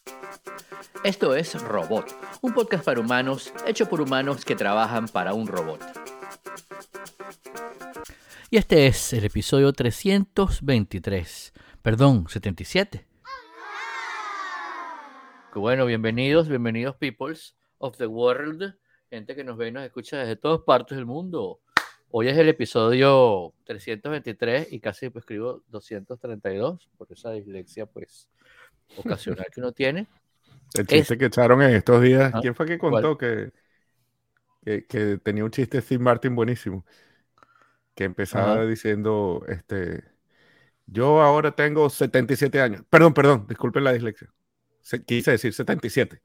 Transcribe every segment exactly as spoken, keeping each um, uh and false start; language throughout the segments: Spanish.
Esto es Robot, un podcast para humanos hecho por humanos que trabajan para un robot. Y este es el episodio trescientos veintitrés, perdón, setenta y siete. Bueno, bienvenidos, bienvenidos peoples of the world, gente que nos ve y nos escucha desde todas partes del mundo. Hoy es el episodio trescientos veintitrés y casi pues, escribo doscientos treinta y dos, por esa dislexia pues ocasional que uno tiene. El chiste es... que echaron en estos días, ¿ah? ¿Quién fue que contó que, que, que tenía un chiste Steve Martin buenísimo? Que empezaba Ajá. diciendo, este, yo ahora tengo setenta y siete años. Perdón, perdón, disculpen la dislexia. Se, quise decir setenta y siete.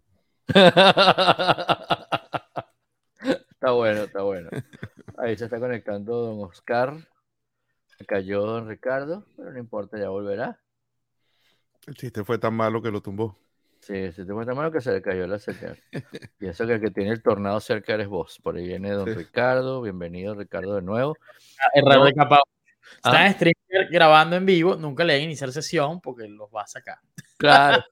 Está bueno, está bueno. Ahí se está conectando don Oscar. Se cayó don Ricardo, pero no importa, ya volverá. El chiste fue tan malo que lo tumbó. Sí, el chiste fue tan malo que se le cayó la señal. Y eso que el que tiene el tornado cerca eres vos. Por ahí viene don sí. Ricardo. Bienvenido, Ricardo, de nuevo. Error no. de capa. Está en streamer grabando en vivo, nunca le den iniciar sesión porque los va a sacar. Claro.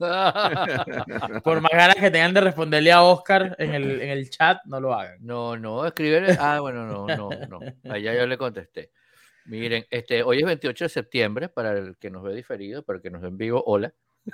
Por más ganas que tengan de responderle a Oscar en el, en el chat, no lo hagan. No, no, escribir. Ah, bueno, no, no, no. Allá yo le contesté. Miren, este, hoy es veintiocho de septiembre, para el que nos ve diferido, para el que nos ve en vivo, hola.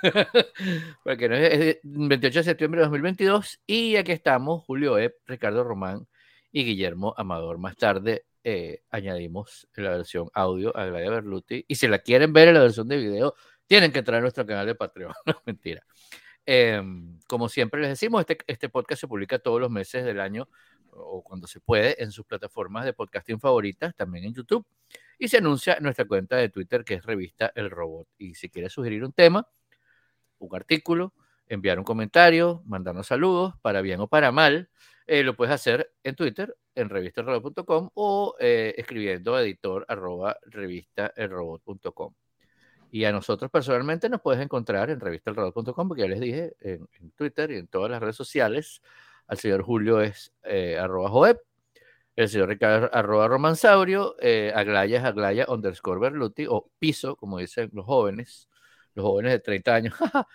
Porque no es, es veintiocho de septiembre de dos mil veintidós y aquí estamos, Julio Epp, Ricardo Román y Guillermo Amador. Más tarde eh, añadimos la versión audio a Gladia Berluti y si la quieren ver en la versión de video, tienen que entrar a nuestro canal de Patreon. No, mentira. Eh, como siempre les decimos, este, este podcast se publica todos los meses del año o cuando se puede en sus plataformas de podcasting favoritas, también en YouTube, y se anuncia en nuestra cuenta de Twitter que es Revista El Robot. Y si quieres sugerir un tema, un artículo, enviar un comentario, mandarnos saludos, para bien o para mal, eh, lo puedes hacer en Twitter, en revista el robot punto com o eh, escribiendo a editor arroba revista el robot punto com. Y a nosotros personalmente nos puedes encontrar en revista el robot punto com, porque ya les dije, en, en Twitter y en todas las redes sociales. Al señor Julio es eh, arroba joep, el señor Ricardo arroba romansaurio, eh, Aglaya es Aglaya underscore Berluti, o piso, como dicen los jóvenes, los jóvenes de treinta años,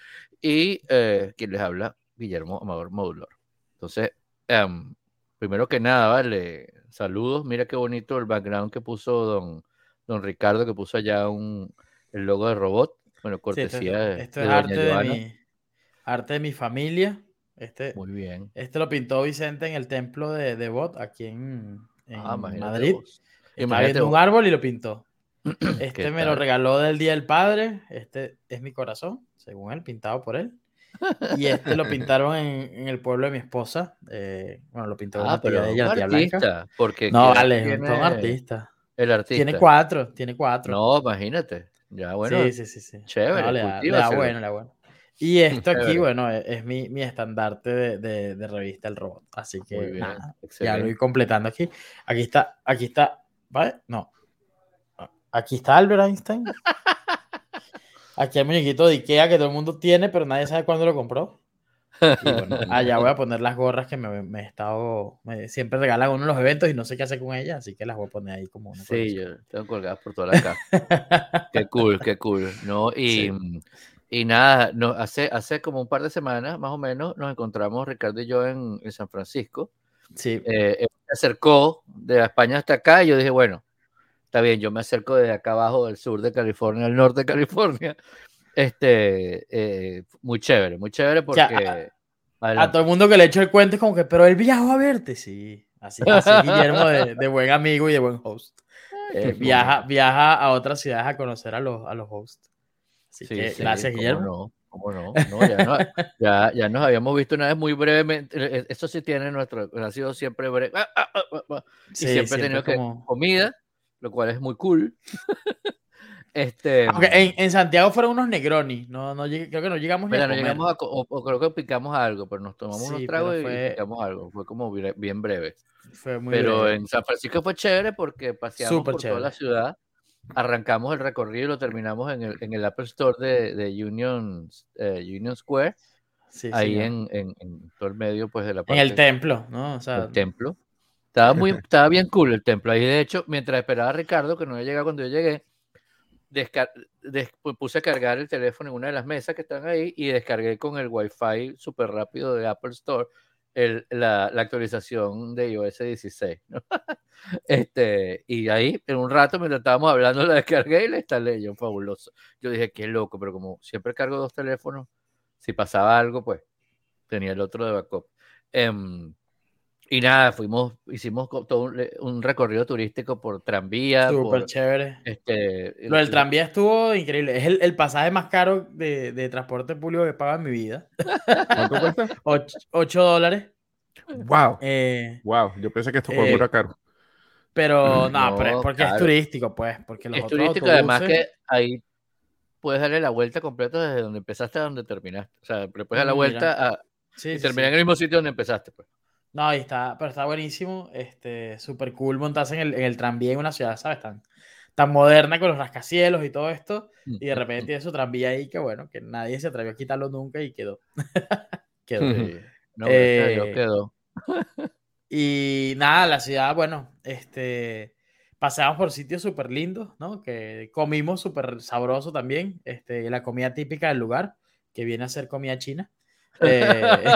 y eh, quien les habla, Guillermo Amador Modulor. Entonces, um, primero que nada, vale, saludos, mira qué bonito el background que puso don, don Ricardo, que puso allá un, el logo de robot, bueno, cortesía sí, esto, de, esto de es arte doña de, mi, arte de mi familia. Este, Muy bien. Este lo pintó Vicente en el templo de, de Bot, aquí en, en ah, Madrid. Vos. Estaba viendo vos. un árbol y lo pintó. Este me lo regaló del Día del Padre. Este es mi corazón, según él, pintado por él. Y este lo pintaron en, en el pueblo de mi esposa. Eh, bueno, lo pintó ah, una tía de ella, la tía artista, Blanca. Porque no, vale, tiene... son artistas. El artista. Tiene cuatro, tiene cuatro. No, imagínate. Ya, bueno. Sí, sí, sí. sí. Chévere. No, le, da, le da bueno, le da bueno. Y esto aquí, bueno, es, es mi, mi estandarte de, de, de revista El Robot. Así que, Muy bien, nada, ya lo voy completando aquí. Aquí está, aquí está, ¿vale? No. Aquí está Albert Einstein. Aquí el muñequito de Ikea que todo el mundo tiene, pero nadie sabe cuándo lo compró. Y bueno, allá voy a poner las gorras que me, me he estado... Me, siempre regalan uno en los eventos y no sé qué hacer con ellas, así que las voy a poner ahí como una Sí, yo tengo colgadas por toda la casa. Qué cool, qué cool, ¿no? Y... Sí. Y nada, no, hace, hace como un par de semanas, más o menos, nos encontramos Ricardo y yo en, en San Francisco. Sí. Eh, él se acercó de España hasta acá y yo dije, bueno, está bien, yo me acerco desde acá abajo del sur de California al norte de California. Este, eh, muy chévere, muy chévere porque... Ya, a, a todo el mundo que le echo el cuento es como que, pero él viajó a verte, sí. Así, así Guillermo de, de buen amigo y de buen host. Eh, viaja, viaja a otras ciudades a conocer a los, a los hosts. Así sí, que sí, gracias, Guillermo. No, ¿cómo no? no, ya, no ya, ya nos habíamos visto una vez muy brevemente. Eso sí tiene nuestro, ha sido siempre breve. Ah, ah, ah, ah, ah. Y sí, siempre, siempre he tenido como... que comida, lo cual es muy cool. este, Aunque en, en Santiago fueron unos Negroni. No, no, creo que no llegamos ni mira, a comer. No llegamos a, o, o creo que picamos algo, pero nos tomamos sí, unos tragos fue... y picamos algo. Fue como bien, bien breve. Fue muy pero breve. En San Francisco fue chévere porque paseamos Super por chévere. toda la ciudad. Arrancamos el recorrido y lo terminamos en el, en el Apple Store de, de Union, eh, Union Square, sí, ahí en, en, en todo el medio pues, de la parte. En el templo, ¿no? O sea... El templo. Estaba, muy, estaba bien cool el templo. Ahí, de hecho, mientras esperaba a Ricardo, que no había llegado cuando yo llegué, descar des puse a cargar el teléfono en una de las mesas que están ahí y descargué con el Wi-Fi súper rápido de Apple Store el, la, la actualización de iOS dieciséis, ¿no? Este, y ahí en un rato mientras estábamos hablando la descargué y la instalé. Yo, fabuloso. Yo dije, qué loco, pero como siempre cargo dos teléfonos, si pasaba algo, pues tenía el otro de backup. Um, y nada, fuimos, hicimos todo un, un recorrido turístico por tranvía. Súper por, chévere. Este, Lo del tranvía estuvo increíble. Es el, el pasaje más caro de, de transporte público que he pagado en mi vida. ¿Cuánto cuesta? ocho dólares. Wow. Eh, wow. Yo pensé que esto fue eh, muy caro. Pero no, No, pero es porque claro. es turístico, pues. Porque los Es otros turístico, autobuses... además que ahí puedes darle la vuelta completa desde donde empezaste a donde terminaste. O sea, le puedes dar la Mm, vuelta mira. a, Sí, y sí, terminar sí. en el mismo sitio donde empezaste, pues. No, ahí está, pero está buenísimo. Este, súper cool montarse en el, en el tranvía en una ciudad, ¿sabes? Tan, tan moderna con los rascacielos y todo esto. Y de repente tiene su tranvía ahí que, bueno, que nadie se atrevió a quitarlo nunca y quedó. quedó. Sí. No, gracias a Dios Eh, quedó. y nada, la ciudad, bueno, este, paseamos por sitios súper lindos, ¿no? Que comimos súper sabroso también. Este, la comida típica del lugar, que viene a ser comida china. Eh,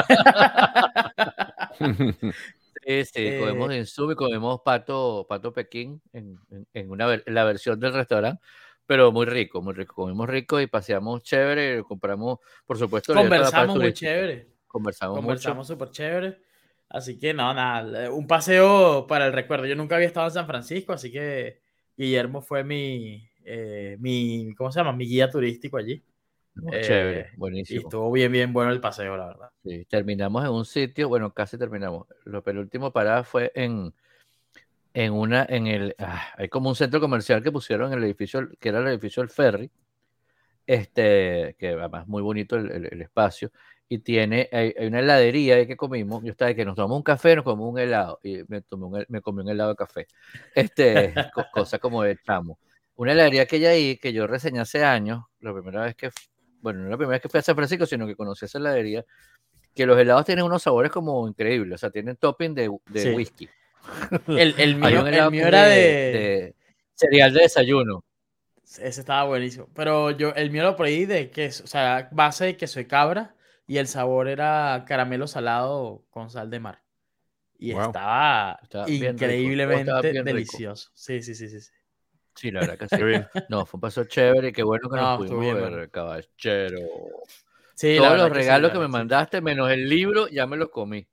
Sí, sí, comemos eh, en Sub y comemos pato, pato Pekín en, en, en una ver- en la versión del restaurante, pero muy rico, muy rico. Comimos rico y paseamos chévere, compramos, por supuesto, toda la parte conversamos muy turística. chévere. Conversamos, Conversamos mucho. súper chévere. Así que no, nada, un paseo para el recuerdo. Yo nunca había estado en San Francisco, así que Guillermo fue mi, eh, mi ¿cómo se llama? Mi guía turístico allí. No, Eh, chévere, y buenísimo. estuvo bien, bien bueno el paseo, la verdad. Sí, terminamos en un sitio, bueno, casi terminamos. Lo penúltimo parada fue en, en una, en el, ah, hay como un centro comercial que pusieron en el edificio, que era el edificio del ferry, este, que además muy bonito el, el, el espacio, y tiene, hay, hay una heladería ahí que comimos, yo estaba de que nos tomamos un café, nos comimos un helado, y me, tomé un, me comí un helado de café, este, co cosa como de chamo. Una heladería que hay ahí, que yo reseñé hace años, la primera vez que, bueno, no la primera vez que fui a San Francisco, sino que conocí esa heladería, que los helados tienen unos sabores como increíbles, o sea, tienen topping de, de Sí. whisky. El, el Hay mío, un helado el mío que era es de, de... de cereal de desayuno. Ese estaba buenísimo. Pero yo, el mío lo pedí de queso, o sea, base de queso de cabra y el sabor era caramelo salado con sal de mar. Y Wow. estaba Estaba bien rico. increíblemente Estaba bien delicioso. Rico. Sí, sí, sí, sí, sí. Sí, la verdad que sí. No, fue un paso chévere, qué bueno que No, nos estuvo pudimos bien, ver, bueno. caballero. Sí, la Todos verdad los que sí, regalos la que me verdad que sí. mandaste, menos el libro, ya me los comí.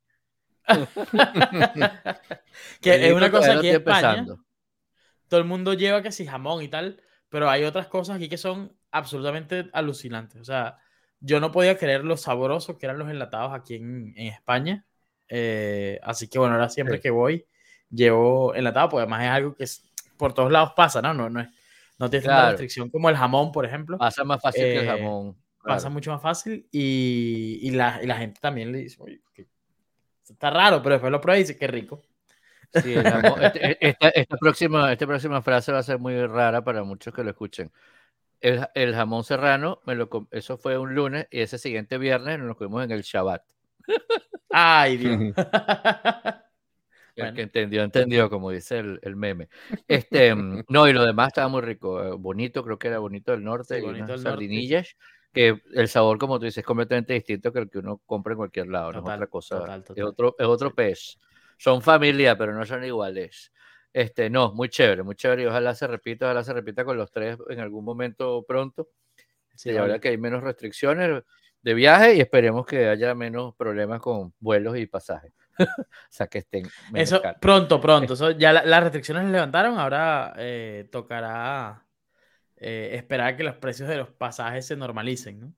Que El es una libro cosa todavía lo aquí en estoy España, empezando. todo el mundo lleva que sí jamón y tal, pero hay otras cosas aquí que son absolutamente alucinantes. O sea, yo no podía creer lo sabrosos que eran los enlatados aquí en, en España. Eh, así que bueno, ahora siempre Sí. que voy, llevo enlatado, porque además es algo que es- por todos lados pasa, ¿no? No, no, es, no tiene tanta Claro, restricción como el jamón, por ejemplo. pasa más fácil que el Eh, jamón. Pasa Claro. mucho más fácil y, y, la, y la gente también le dice, oye, que está raro, pero después lo prueba y dice, qué rico. Sí, el jamón, este- esta, esta próxima, esta próxima frase va a ser muy rara para muchos que lo escuchen. El, el jamón serrano, me lo, com- eso fue un lunes y ese siguiente viernes nos lo comimos en el Shabbat. Ay, Dios. El Bueno. que entendió, entendió, como dice el, el meme. Este, mm, no, y lo demás estaba muy rico, eh, bonito, creo que era bonito del norte, Sí, y bonito unas el norte. sardinillas, que el sabor, como tú dices, es completamente distinto que el que uno compra en cualquier lado, no es Total, otra cosa, total, es total. otro, es otro Sí. pez. Son familia, pero no son iguales. Este, no, muy chévere, muy chévere, y ojalá se repita, ojalá se repita con los tres en algún momento pronto. Sí, Y ahora vale. que hay menos restricciones de viaje y esperemos que haya menos problemas con vuelos y pasajes. O sea, que estén menos Eso, caros. pronto, pronto. Eso, ya la- las restricciones las levantaron, ahora eh, tocará eh, esperar que los precios de los pasajes se normalicen, ¿no?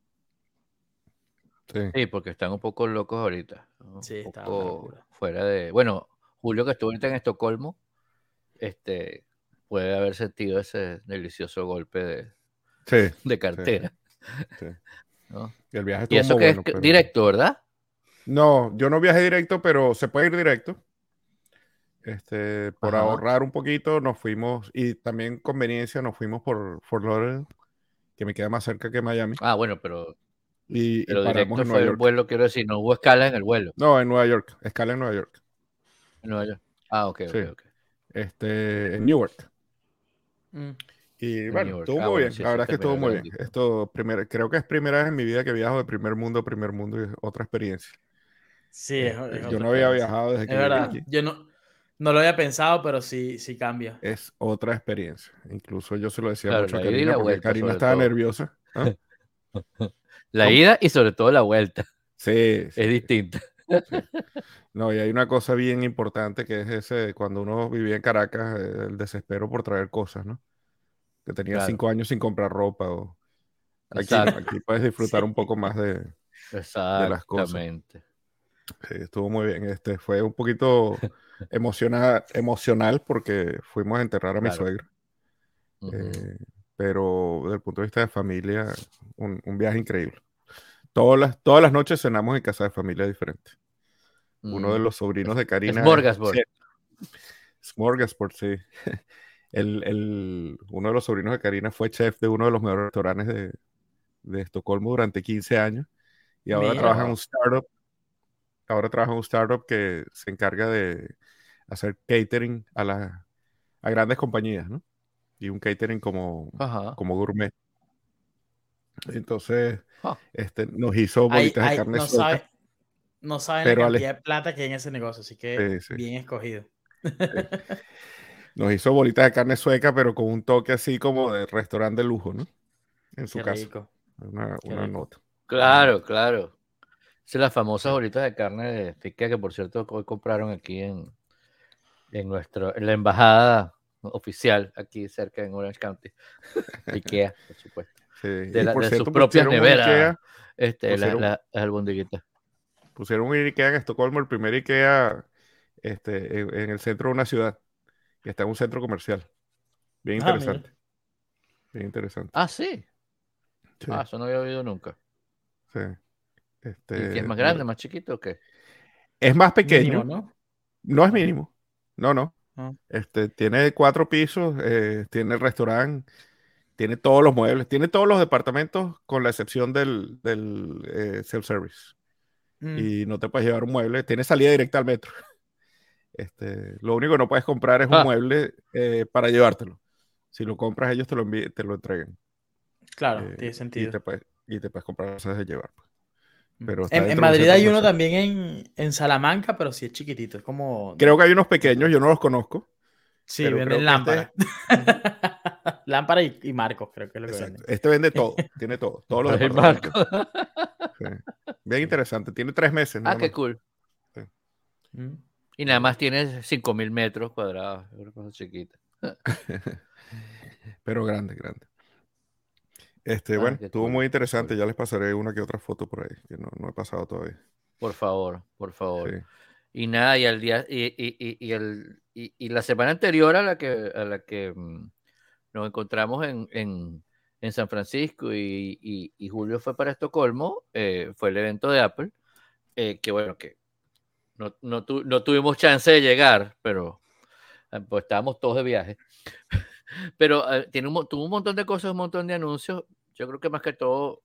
Sí. Sí, porque están un poco locos ahorita, ¿no? Sí, Un está una poco locura. fuera de... Bueno, Julio que estuvo ahorita en Estocolmo, este, puede haber sentido ese delicioso golpe de, Sí, de cartera. sí. ¿No? Y el viaje Y estuvo eso muy que bueno. es Pero... directo, ¿verdad? No, yo no viajé directo, pero se puede ir directo. Este, por Ajá. ahorrar un poquito, nos fuimos, y también conveniencia, nos fuimos por Fort Lauderdale, que me queda más cerca que Miami. Ah, bueno, pero, Y, y pero paramos directo en fue Nueva el York. vuelo, quiero decir, no hubo escala en el vuelo. No, en Nueva York, escala en Nueva York. En Nueva York. Ah, ok, Sí. ok, ok. Este, en Newark. Mm. Y bueno, estuvo muy bien, la verdad es que estuvo muy bien. Esto, primer, creo que es primera vez en mi vida que viajo de primer mundo a primer mundo y es otra experiencia. Sí, es, es Yo no había viajado desde que es verdad. llegué aquí. Yo no, no lo había pensado, pero sí, sí cambia. Es otra experiencia. Incluso yo se lo decía claro, mucho a Karina porque vuelta, Karina estaba todo. nerviosa. ¿Ah? La ¿Cómo? Ida y sobre todo la vuelta. Sí, sí es distinta. Sí. No, y hay una cosa bien importante que es ese, cuando uno vivía en Caracas, el desespero por traer cosas, ¿no? Que tenía claro. cinco años sin comprar ropa. O... Aquí, aquí puedes disfrutar sí. un poco más de, de las cosas. Sí, estuvo muy bien. Este, fue un poquito emociona, emocional porque fuimos a enterrar a claro. mi suegra. Uh-huh. eh, pero desde el punto de vista de familia, un, un viaje increíble. Todas las, todas las noches cenamos en casa de familia diferentes. Mm. Uno de los sobrinos de Karina. Smorgasbord. Smorgasbord, sí. El, el, uno de los sobrinos de Karina fue chef de uno de los mejores restaurantes de, de Estocolmo durante quince años. Y ahora Mira. trabaja en un startup. Ahora trabaja en un startup que se encarga de hacer catering a, la, a grandes compañías, ¿no? Y un catering como, como gourmet. Entonces, huh. este, nos hizo bolitas ay, de ay, carne no sueca. Sabe, no saben la cantidad Ale... de plata que hay en ese negocio, así que sí, sí. bien escogido. Sí. Nos hizo bolitas de carne sueca, pero con un toque así como de restaurante de lujo, ¿no? En su Qué casa. Rico. Una, Qué una rico. nota. Claro, claro. Sí, las famosas bolitas de carne de Fica, que por cierto hoy compraron aquí en, en, nuestro, en la embajada oficial, aquí cerca en Orange County. IKEA, por supuesto. Sí. De, la, por de cierto, sus propias neveras. Ikea, este, pusieron, las la, la albondiguitas. Pusieron un Ikea en Estocolmo, el primer Ikea este, en, en el centro de una ciudad, que está en un centro comercial. Bien interesante. Ah, Bien interesante. Ah, ¿sí? sí. Ah, eso no había oído nunca. Sí. Este, ¿Y qué es más grande, más chiquito o qué? Es más pequeño. Mínimo, ¿no? No es mínimo. No, no. Ah. Este, tiene cuatro pisos, eh, tiene restaurante, tiene todos los muebles, tiene todos los departamentos con la excepción del, del eh, self-service. Mm. Y no te puedes llevar un mueble. Tiene salida directa al metro. Este, lo único que no puedes comprar es un ah. mueble eh, para llevártelo. Si lo compras, ellos te lo, envíen, te lo entreguen. Claro, eh, tiene sentido. Y te puedes, y te puedes comprar cosas de llevar. Pero en, en Madrid hay uno también en, en Salamanca, pero sí es chiquitito. Es como... Creo que hay unos pequeños, yo no los conozco. Sí, venden lámparas. Este... Lámpara y, y marcos, creo que es lo Exacto. que venden. Este vende todo, tiene todo. Todos los departamentos. Sí. Bien interesante. Tiene tres meses. Ah, qué más. Cool. Sí. Mm. Y nada más tiene cinco mil metros cuadrados. Es una cosa chiquita. Pero grande, grande. Este, ah, bueno, estuvo cool, muy interesante. Cool. Ya les pasaré una que otra foto por ahí, que no, no he pasado todavía. Por favor, por favor. Sí. Y nada, y al día, y, y, y, y, el, y, y la semana anterior a la que, a la que um, nos encontramos en, en, en San Francisco y, y, y Julio fue para Estocolmo, eh, fue el evento de Apple, eh, que bueno, que no, no, tu, no tuvimos chance de llegar, pero pues estábamos todos de viaje. Pero eh, tiene un, tuvo un montón de cosas, un montón de anuncios, yo creo que más que todo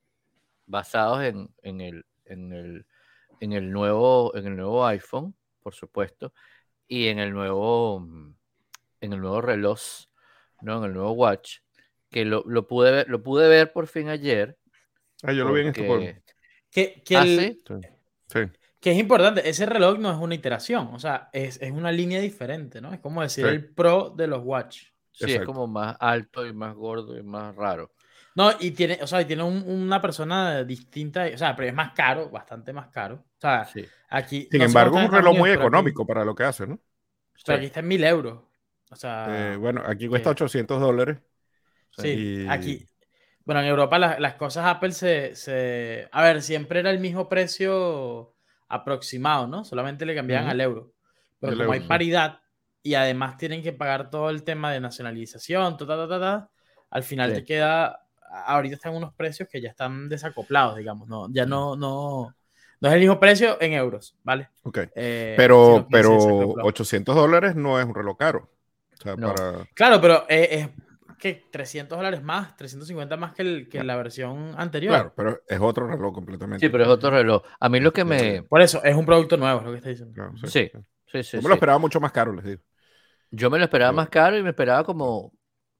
basados en, en, el, en, el, en, el nuevo, en el nuevo iPhone, por supuesto, y en el nuevo, en el nuevo reloj, ¿no? En el nuevo watch, que lo, lo, pude, ver, lo pude ver por fin ayer. Ah, yo porque... lo vi en Estocolmo. Que, que, ¿Ah, el... sí? Sí. Sí. Que es importante, ese reloj no es una iteración, o sea, es, es una línea diferente, ¿no? Es como decir sí. el Pro de los Watch. Sí, exacto. Es como más alto y más gordo y más raro. No, y tiene, o sea, tiene un, una persona distinta, o sea, pero es más caro, bastante más caro. O sea, sí. aquí... Sin no embargo, sé es un reloj Unidos, muy económico aquí, para lo que hace, ¿no? Pero sí. aquí está en mil euros. O sea... Eh, bueno, aquí cuesta que... ochocientos dólares. Sí, y... aquí... Bueno, en Europa las, las cosas Apple se, se... A ver, siempre era el mismo precio aproximado, ¿no? Solamente le cambiaban uh-huh. al euro. Pero el como euro, hay paridad sí. y además tienen que pagar todo el tema de nacionalización, ta, ta, ta, ta, ta, al final sí. te queda... Ahorita están unos precios que ya están desacoplados, digamos. No, ya no, no, no es el mismo precio en euros, ¿vale? Ok. Eh, pero pero ochocientos dólares no es un reloj caro. O sea, no. para... Claro, pero es... es que trescientos dólares más, trescientos cincuenta más que, el, que la versión anterior. Claro, pero es otro reloj completamente. Sí, pero es otro reloj. A mí lo que me... Por eso, es un producto nuevo, es lo que está diciendo. Claro, sí, sí, sí, sí, sí. Yo me sí. lo esperaba mucho más caro, les digo. Yo me lo esperaba sí. más caro y me esperaba como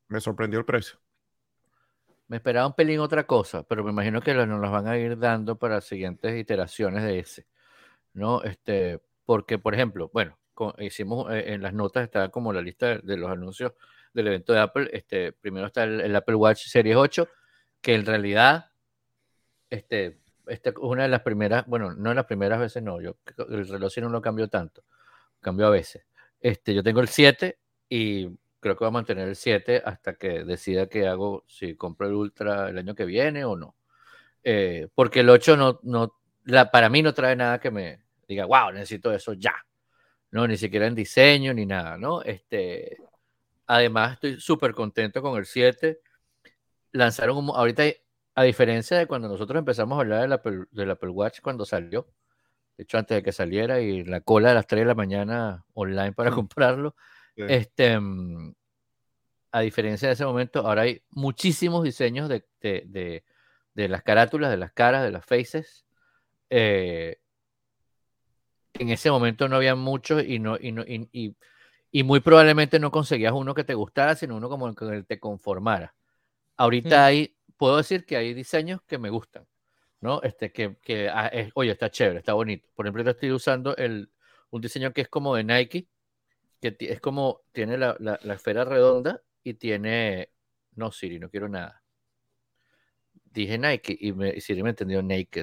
Me sorprendió el precio. Me esperaba un pelín otra cosa, pero me imagino que nos las van a ir dando para siguientes iteraciones de ese, ¿no? Este, porque, por ejemplo, bueno, con, hicimos eh, en las notas está como la lista de, de los anuncios del evento de Apple. Este, primero está el, el Apple Watch Series ocho, que en realidad, este, este, una de las primeras, bueno, no de las primeras veces, no, yo el reloj sí no lo cambio tanto, cambio a veces. Este, yo tengo el siete y creo que voy a mantener el siete hasta que decida qué hago, si compro el Ultra el año que viene o no. Eh, porque el ocho no, no la, para mí no trae nada que me diga, wow, necesito eso ya. No, ni siquiera en diseño ni nada, ¿no? Este, además, estoy súper contento con el siete. Lanzaron un, ahorita, a diferencia de cuando nosotros empezamos a hablar del Apple, del Apple Watch cuando salió, de hecho, antes de que saliera y la cola a las tres de la mañana online para comprarlo, sí. este, a diferencia de ese momento, ahora hay muchísimos diseños de, de, de, de las carátulas, de las caras, de las faces. Eh, en ese momento no había muchos y, no, y, no, y, y, y muy probablemente no conseguías uno que te gustara, sino uno como el que te conformara. Ahorita mm. hay, puedo decir que hay diseños que me gustan, ¿no? Este, que, que ah, es, oye, está chévere, está bonito. Por ejemplo, yo estoy usando el, un diseño que es como de Nike, que es como, tiene la, la, la esfera redonda y tiene, no, Siri, no quiero nada. Dije Nike y, me, y Siri me entendió naked.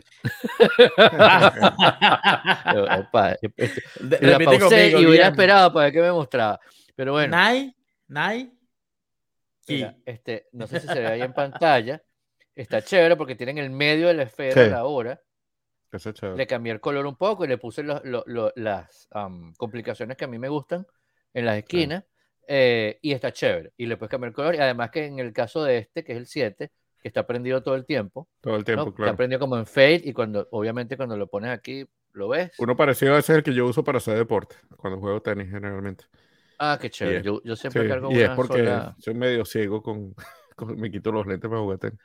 Opa, este, de, la pausé conmigo, y hubiera esperado para ver qué me mostraba. Pero bueno. Nike, Nike. Mira, este, no sé si se ve ahí en pantalla. Está chévere porque tienen el medio de la esfera sí. la hora. Le cambié el color un poco y le puse lo, lo, lo, las um, complicaciones que a mí me gustan en las esquinas. Sí. Eh, y está chévere. Y le puedes cambiar el color. Y además que en el caso de este, que es el siete, que está prendido todo el tiempo. Todo el tiempo, ¿no? claro. Está prendido como en fade y cuando, obviamente cuando lo pones aquí, lo ves. Uno parecido a ese es el que yo uso para hacer deporte, cuando juego tenis generalmente. Ah, qué chévere. Es, yo, yo siempre sí, cargo y una es porque sola... soy medio ciego con, con... Me quito los lentes para jugar tenis.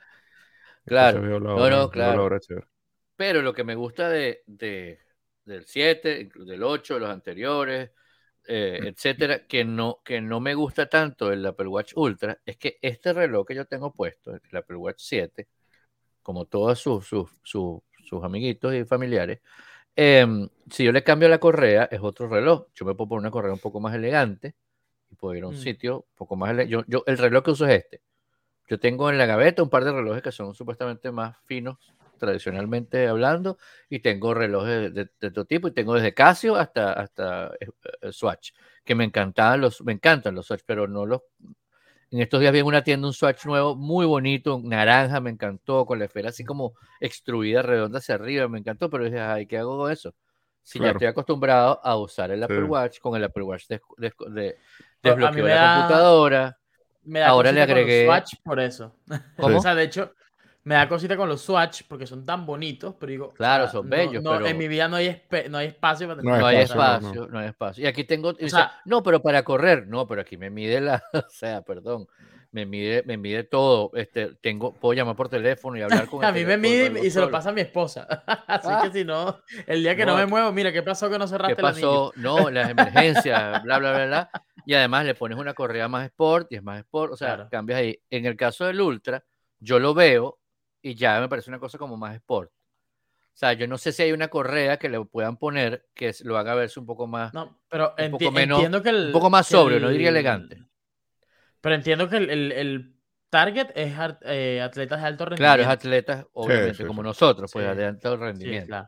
Claro. Veo la hora, no, no, claro. La hora chévere. Pero lo que me gusta de, de, del siete, del ocho, de los anteriores, eh, etcétera, que no, que no me gusta tanto el Apple Watch Ultra, es que este reloj que yo tengo puesto, el Apple Watch siete, como todos sus, sus, sus, sus amiguitos y familiares, eh, si yo le cambio la correa, es otro reloj. Yo me puedo poner una correa un poco más elegante y puedo ir a un mm. sitio un poco más elegante. Yo, yo, el reloj que uso es este. Yo tengo en la gaveta un par de relojes que son supuestamente más finos, tradicionalmente hablando, y tengo relojes de, de, de todo tipo, y tengo desde Casio hasta, hasta eh, Swatch, que me encantaban los, me encantan los Swatch, pero no los... En estos días vi en una tienda un Swatch nuevo, muy bonito, naranja, me encantó, con la esfera así como extruida, redonda hacia arriba, me encantó, pero dije, ay, ¿qué hago con eso? Si claro. ya estoy acostumbrado a usar el Apple sí. Watch, con el Apple Watch de, de, de, desbloqueo la da... computadora. Me da ahora le agregué con los Swatch por eso. ¿Cómo? O sea, de hecho, me da cosita con los Swatch porque son tan bonitos, pero digo, claro, o sea, son no, bellos, no, pero en mi vida no hay, espe no hay espacio para tener no hay espacio, no, no. no hay espacio. Y aquí tengo, y dice, sea, no, pero para correr, no, pero aquí me mide la, o sea, perdón, me mide, me mide todo. Este, tengo, puedo llamar por teléfono y hablar con a el mí me mide y se lo pasa a mi esposa. Así ah, que si no, el día que no, no me muevo, mira, ¿qué pasó que no cerraste ¿qué pasó? El anillo? No, las emergencias, bla, bla, bla, bla. Y además le pones una correa más sport y es más sport, o sea, claro. cambias ahí. En el caso del Ultra, yo lo veo y ya me parece una cosa como más sport. O sea, yo no sé si hay una correa que le puedan poner que lo haga verse un poco más. No, pero un enti poco menos, entiendo que el. Un poco más sobrio, el, no diría elegante. Pero entiendo que el, el, el target es eh, atletas de alto rendimiento. Claro, es atletas, obviamente, sí, sí, como sí. nosotros, pues sí. de alto rendimiento. Sí, claro.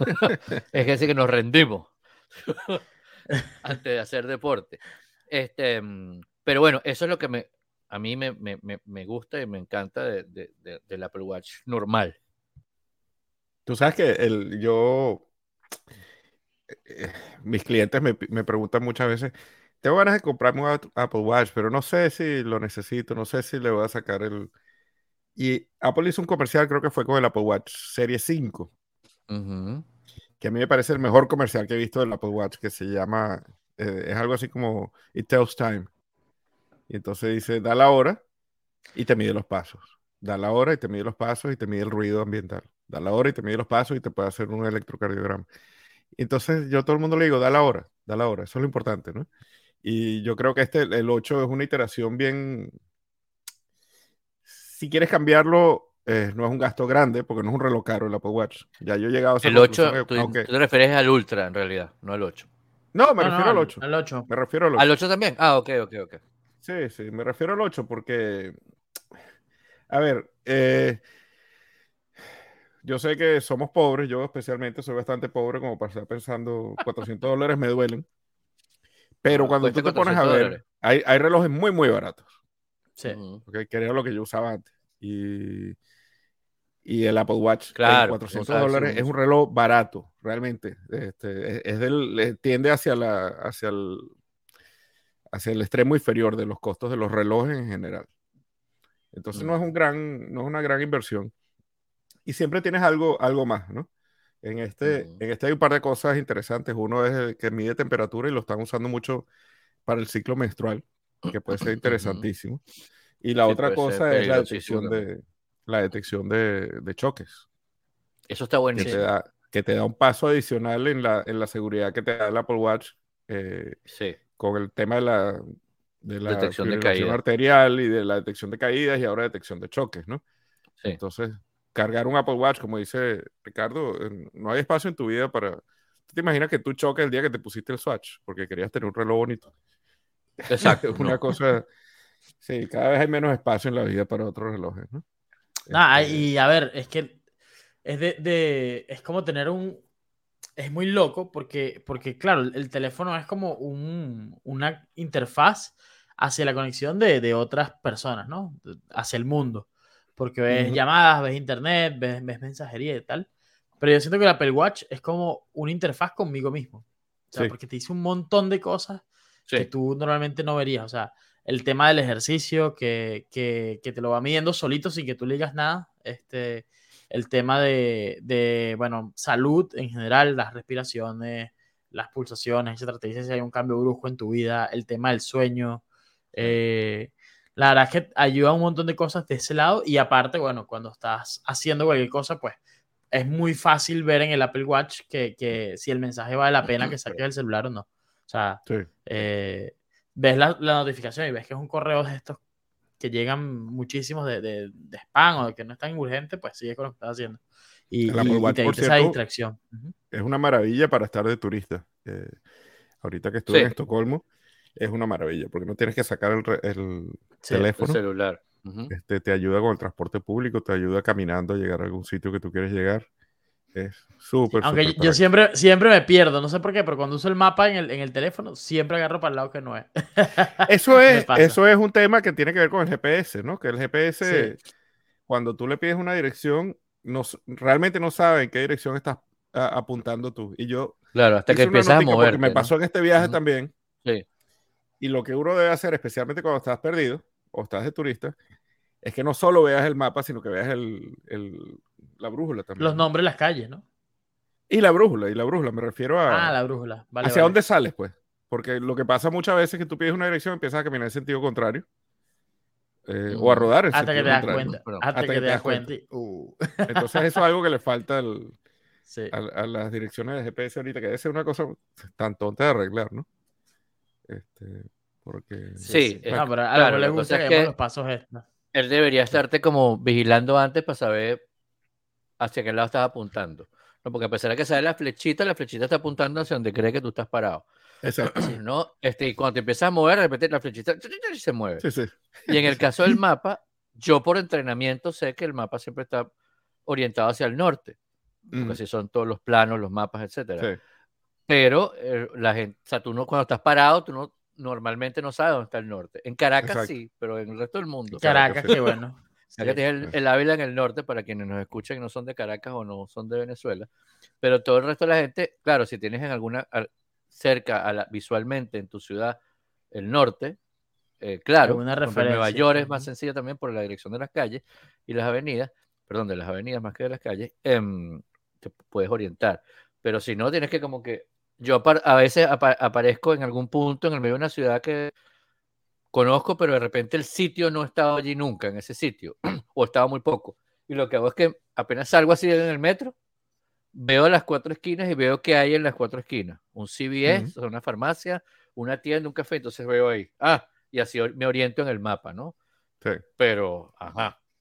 Es que decir que nos rendimos antes de hacer deporte. Este, pero bueno, eso es lo que me, a mí me, me, me gusta y me encanta de, de, de, del Apple Watch normal. Tú sabes que el, yo, eh, mis clientes me, me preguntan muchas veces, tengo ganas de comprarme un Apple Watch, pero no sé si lo necesito, no sé si le voy a sacar el... Y Apple hizo un comercial, creo que fue con el Apple Watch Serie cinco, uh-huh. que a mí me parece el mejor comercial que he visto del Apple Watch, que se llama, eh, es algo así como It Tells Time. Y entonces dice, da la hora y te mide los pasos. Da la hora y te mide los pasos y te mide el ruido ambiental. Da la hora y te mide los pasos y te puede hacer un electrocardiograma. Y entonces yo a todo el mundo le digo, da la hora, da la hora. Eso es lo importante, ¿no? Y yo creo que este, el ocho, es una iteración bien, si quieres cambiarlo, eh, no es un gasto grande porque no es un reloj caro el Apple Watch. Ya yo he llegado a esa el ocho, conclusión. tú, Aunque... tú te refieres al Ultra en realidad, no al ocho. No, me no, refiero no, al al, ocho. al ocho. Me refiero al ocho. ¿Al ocho también? Ah, ok, ok, ok. Sí, sí, me refiero al ocho porque, a ver, eh, yo sé que somos pobres, yo especialmente soy bastante pobre como para estar pensando cuatrocientos dólares me duelen, pero Ah, cuando cuesta tú te pones a cuatrocientos ver, dólares. hay, hay relojes muy, muy baratos, Sí. Ujú. ¿okay? Que era lo que yo usaba antes. Y, y el Apple Watch en Claro, no cuatrocientos sabes si dólares un- es un reloj barato, realmente. Este, es, es del, eh, tiende hacia, la, hacia, el, hacia el extremo inferior de los costos de los relojes en general. Entonces no es, un gran, no es una gran inversión. Y siempre tienes algo, algo más, ¿no? En este, Ujú. en este hay un par de cosas interesantes. Uno es el que mide temperatura y lo están usando mucho para el ciclo menstrual, que puede ser Ujú. interesantísimo. Y la Sí, otra puede ser cosa es la peligrosísimo detección también. de, la detección de, de choques, Eso está que te buenísimo. da, que te da un paso adicional en la, en la seguridad que te da el Apple Watch eh, Sí, con el tema de la, de la detección de fibrilación caída. arterial y de la detección de caídas y ahora detección de choques, ¿no? Sí, Entonces, cargar un Apple Watch, como dice Ricardo, eh, no hay espacio en tu vida para... ¿Tú te imaginas que tú choques el día que te pusiste el Swatch porque querías tener un reloj bonito? exacto, Una no. cosa... Sí, cada vez hay menos espacio en la vida para otros relojes, ¿no? Nah, Este, y a ver, es que es de, de- es como tener un, es muy loco porque, porque claro, el, el teléfono es como un, una interfaz hacia la conexión de, de otras personas, ¿no? Hacia el mundo. Porque ves ujú, llamadas, ves internet, ves, ves mensajería y tal. Pero yo siento que el Apple Watch es como una interfaz conmigo mismo. O sea, sí, porque te dice un montón de cosas que Sí, tú normalmente no verías. O sea, el tema del ejercicio que, que, que te lo va midiendo solito sin que tú le digas nada. Este, el tema de, de, bueno, salud en general, las respiraciones, las pulsaciones, etcétera. Te dice si hay un cambio brusco en tu vida, el tema del sueño. sí. Eh, la verdad es que ayuda un montón de cosas de ese lado y aparte, bueno, cuando estás haciendo cualquier cosa, pues es muy fácil ver en el Apple Watch que, que si el mensaje vale la pena que saques el celular o no. O sea, sí. eh, ves la, la notificación y ves que es un correo de estos que llegan muchísimos de, de, de spam o de que no es tan urgente, pues sigue con lo que estás haciendo. El Apple Y, y, y Watch, te por evita esa cierto, distracción. Uh-huh. es una maravilla para estar de turista. Eh, ahorita que estuve en Sí, Estocolmo, es una maravilla, porque no tienes que sacar el, re- el Sí, el teléfono. celular. Ujú. Este, te ayuda con el transporte público, te ayuda caminando a llegar a algún sitio que tú quieres llegar. Es sí. súper, Aunque yo, súper yo práctico. siempre, siempre me pierdo, no sé por qué, pero cuando uso el mapa en el, en el teléfono, siempre agarro para el lado que no es. Eso Me es, pasa. eso es un tema que tiene que ver con el G P S, ¿no? Que el G P Sí, S, cuando tú le pides una dirección, no, s- realmente no sabe en qué dirección estás a- apuntando tú. Y yo Claro, hasta que hice una empiezas a notica porque me moverte, ¿no? pasó en este viaje Ujú. también. Sí. Y lo que uno debe hacer, especialmente cuando estás perdido o estás de turista, es que no solo veas el mapa, sino que veas el, el- la brújula los también, ¿no? nombres de las calles, ¿no? Y la brújula, y la brújula, me refiero Ah, a la brújula. Vale, hacia vale. dónde sales, pues. Porque lo que pasa muchas veces es que tú pides una dirección y empiezas a caminar en sentido contrario, eh, o a Ujú. rodar en Hasta que sentido te das contrario, Ujú, cuenta. perdón. Hasta hasta que que te te das das cuenta. cuenta. Y, uh. Entonces eso es algo que le falta al- Sí. a, a las direcciones de G P S ahorita, que debe ser una cosa tan tonta de arreglar, ¿no? Este, porque, Sí, Sí, sí. es- No, pero a lo claro, mejor les la cosa gusta es que demos los que pasos estos. él debería Sí. estarte como vigilando antes para saber hacia qué lado estás apuntando. No, porque a pesar de que sale la flechita, la flechita está apuntando hacia donde cree que tú estás parado. exacto. ¿No? Este, y cuando te empiezas a mover, de repente la flechita se mueve. Sí, sí. Y en el Sí. caso del mapa, yo por entrenamiento sé que el mapa siempre está orientado hacia el norte, porque Ujú, así son todos los planos, los mapas, sí, etcétera. Pero eh, la gente, o sea, tú no, cuando estás parado, tú no, normalmente no sabes dónde está el norte. En Caracas exacto. sí, pero en el resto del En mundo. Caracas, Caracas, sí. qué bueno. Ya que Sí. tienes el, el Ávila en el norte, para quienes nos escuchan y no son de Caracas o no son de Venezuela, pero todo el resto de la gente, claro, si tienes en alguna, a- cerca a la, visualmente en tu ciudad el norte, eh, claro, Alguna por ejemplo, en Nueva referencia. York es más Ujú. sencillo también por la dirección de las calles y las avenidas, perdón, de las avenidas más que de las calles, em, te puedes orientar. Pero si no, tienes que como que, yo apar- a veces apa- aparezco en algún punto en el medio de una ciudad que conozco, pero de repente el sitio no he estado allí nunca, en ese sitio, o he estado muy poco. Y lo que hago es que apenas salgo así en el metro, veo las cuatro esquinas y veo qué hay en las cuatro esquinas. Un C V Ujú, S, o una farmacia, una tienda, un café, entonces veo ahí. Ah, y así or- me oriento en el mapa, ¿no? sí. Pero, ajá.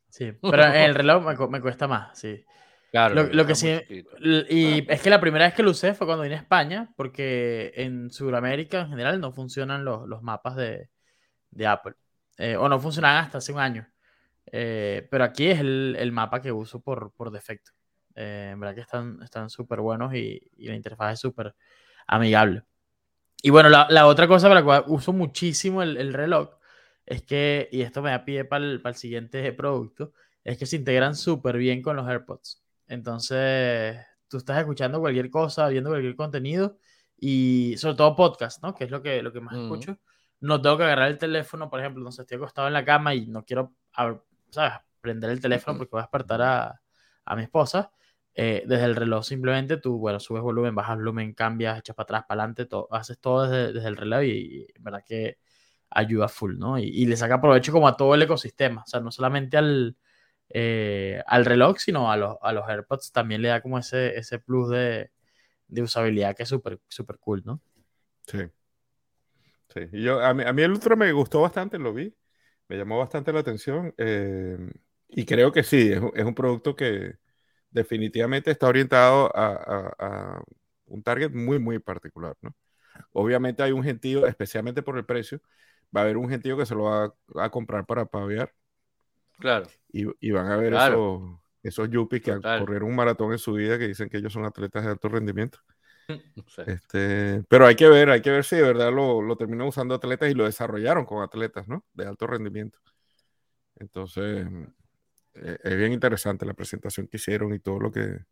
Sí, pero en el reloj me, me cuesta más, sí. Claro, lo, lo que sí, chiquito. y es que la primera vez que lo usé fue cuando vine a España, porque en Sudamérica en general no funcionan los, los mapas de, de Apple, eh, o no funcionaban hasta hace un año, eh, pero aquí es el, el mapa que uso por, por defecto. Eh, en verdad que están están súper buenos y, y la interfaz es súper amigable. Y bueno, la, la otra cosa para la cual uso muchísimo el, el reloj es que, y esto me da pie para el, para el siguiente producto, es que se integran súper bien con los AirPods. Entonces, tú estás escuchando cualquier cosa, viendo cualquier contenido y sobre todo podcast, ¿no? Que es lo que, lo que más Mm. escucho. No tengo que agarrar el teléfono, por ejemplo, no sé, estoy acostado en la cama y no quiero, a- ¿sabes? Prender el teléfono porque voy a despertar a, a mi esposa. Eh, desde el reloj simplemente tú, bueno, subes volumen, bajas volumen, cambias, echas para atrás, para adelante, todo, haces todo desde, desde el reloj y, y en verdad que ayuda full, ¿no? Y, y le saca provecho como a todo el ecosistema, o sea, no solamente al, eh, al reloj, sino a los, a los AirPods también le da como ese, ese plus de, de usabilidad que es súper súper cool, ¿no? Sí. Sí. Y yo, a mí, a mí el Ultra me gustó bastante, lo vi, me llamó bastante la atención eh, y creo que sí, es, es un producto que definitivamente está orientado a, a, a un target muy, muy particular, ¿no? Obviamente hay un gentío, especialmente por el precio, va a haber un gentío que se lo va a, a comprar para paviar. Claro. Y, y van a ver Claro. esos, esos yuppies que corrieron un maratón en su vida que dicen que ellos son atletas de alto rendimiento. Sí. Este, pero hay que ver, hay que ver si de verdad lo, lo terminan usando atletas y lo desarrollaron con atletas, ¿no? De alto rendimiento. Entonces, eh, es bien interesante la presentación que hicieron y todo lo que,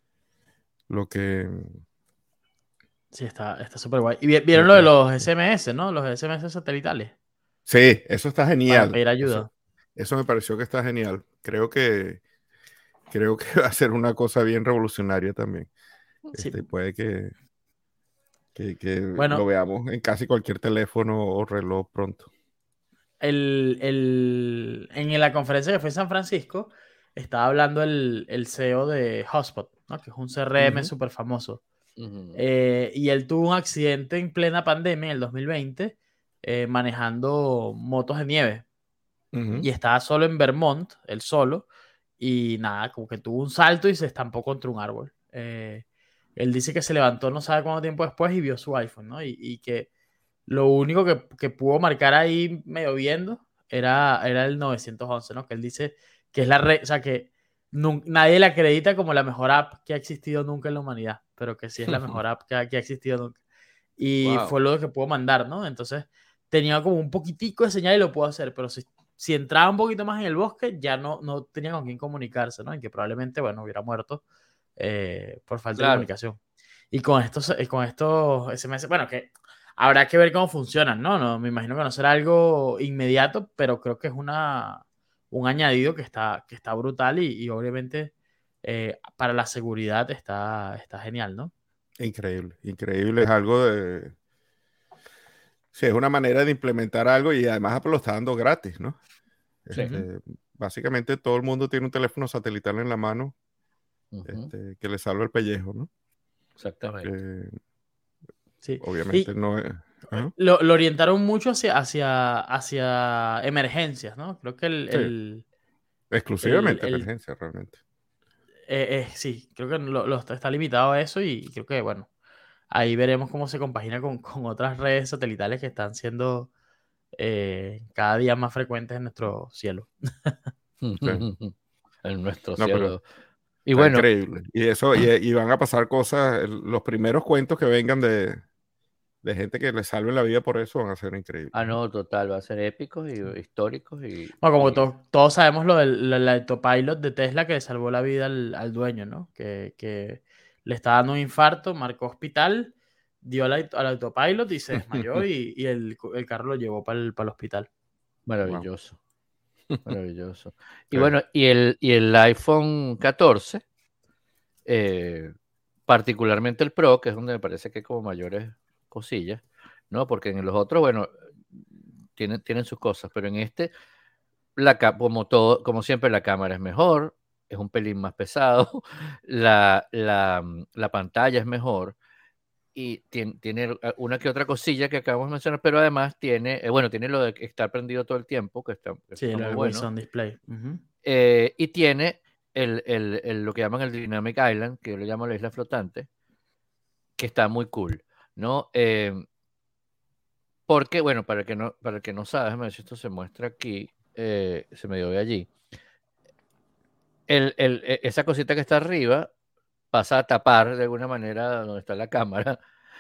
lo que... Sí, está súper guay. ¿Y vieron lo de los S M S, ¿no? Los S M S satelitales. Sí, eso está genial. Para pedir ayuda. Eso, eso me pareció que está genial. Creo que, creo que va a ser una cosa bien revolucionaria también. Sí. Este, puede que, que, que bueno, lo veamos en casi cualquier teléfono o reloj pronto. El, el, en la conferencia que fue en San Francisco, estaba hablando el, el C E O de Hotspot, ¿no? Que es un C R M uh-huh. súper famoso. Uh-huh. Eh, y él tuvo un accidente en plena pandemia en el dos mil veinte, eh, manejando motos de nieve. Uh-huh. Y estaba solo en Vermont, él solo, y nada, como que tuvo un salto y se estampó contra un árbol. Eh, él dice que se levantó no sabe cuánto tiempo después y vio su iPhone, ¿no? Y, y que lo único que, que pudo marcar ahí medio viendo era, era el nueve once, ¿no? Que él dice que es la red, o sea, que no, nadie la acredita como la mejor app que ha existido nunca en la humanidad, pero que sí es la mejor app que ha, que ha existido nunca. Y wow. Fue lo que pudo mandar, ¿no? Entonces tenía como un poquitico de señal y lo pudo hacer, pero si, si entraba un poquito más en el bosque, ya no, no tenía con quién comunicarse, ¿no? Y que probablemente, bueno, hubiera muerto eh, por falta claro. de comunicación. Y con estos, con estos S M S, bueno, que habrá que ver cómo funcionan, ¿no? No, me imagino que no será algo inmediato, pero creo que es una, un añadido que está, que está brutal y, y obviamente eh, para la seguridad está, está genial, ¿no? Increíble, increíble. Es algo de... Sí, es una manera de implementar algo y además Apple lo está dando gratis, ¿no? Sí. Este, básicamente todo el mundo tiene un teléfono satelital en la mano uh-huh. este, que le salva el pellejo, ¿no? Exactamente. Que, sí. Obviamente y no es... Uh-huh. Lo, lo orientaron mucho hacia, hacia, hacia emergencias, ¿no? Creo que el... Sí. el exclusivamente el, el, emergencias, realmente. Eh, eh, sí, creo que lo, lo está, está limitado a eso y creo que, bueno, ahí veremos cómo se compagina con, con otras redes satelitales que están siendo eh, cada día más frecuentes en nuestro cielo. Sí. En nuestro no, cielo. Y bueno, increíble. Y eso, y, y van a pasar cosas, los primeros cuentos que vengan de, de gente que les salve la vida por eso van a ser increíbles. Ah, no, total, va a ser épicos y históricos. Y, bueno, como y... to, todos sabemos lo del el autopilot de Tesla que le salvó la vida al, al dueño, ¿no? Que, que le estaba dando un infarto, marcó hospital, dio al, al autopilot y se desmayó y, y el, el carro lo llevó para el, para el hospital. Maravilloso. Wow. Maravilloso. Y bueno, y el, y el iPhone catorce, eh, particularmente el Pro, que es donde me parece que hay como mayores cosillas, ¿no? Porque en los otros, bueno, tienen, tienen sus cosas, pero en este, la, como, todo, como siempre, la cámara es mejor, es un pelín más pesado, la, la, la pantalla es mejor, y tiene, tiene una que otra cosilla que acabamos de mencionar, pero además tiene, eh, bueno, tiene lo de estar prendido todo el tiempo, que está, que sí, está lo muy del bueno. Wilson Display. Uh-huh. Eh, y tiene el, el, el, lo que llaman el Dynamic Island, que yo le llamo la isla flotante, que está muy cool, ¿no? Eh, porque, bueno, para el que no, para el que no sabe, déjame ver si esto se muestra aquí, eh, se me dio de allí. El, el, esa cosita que está arriba pasa a tapar de alguna manera donde está la cámara,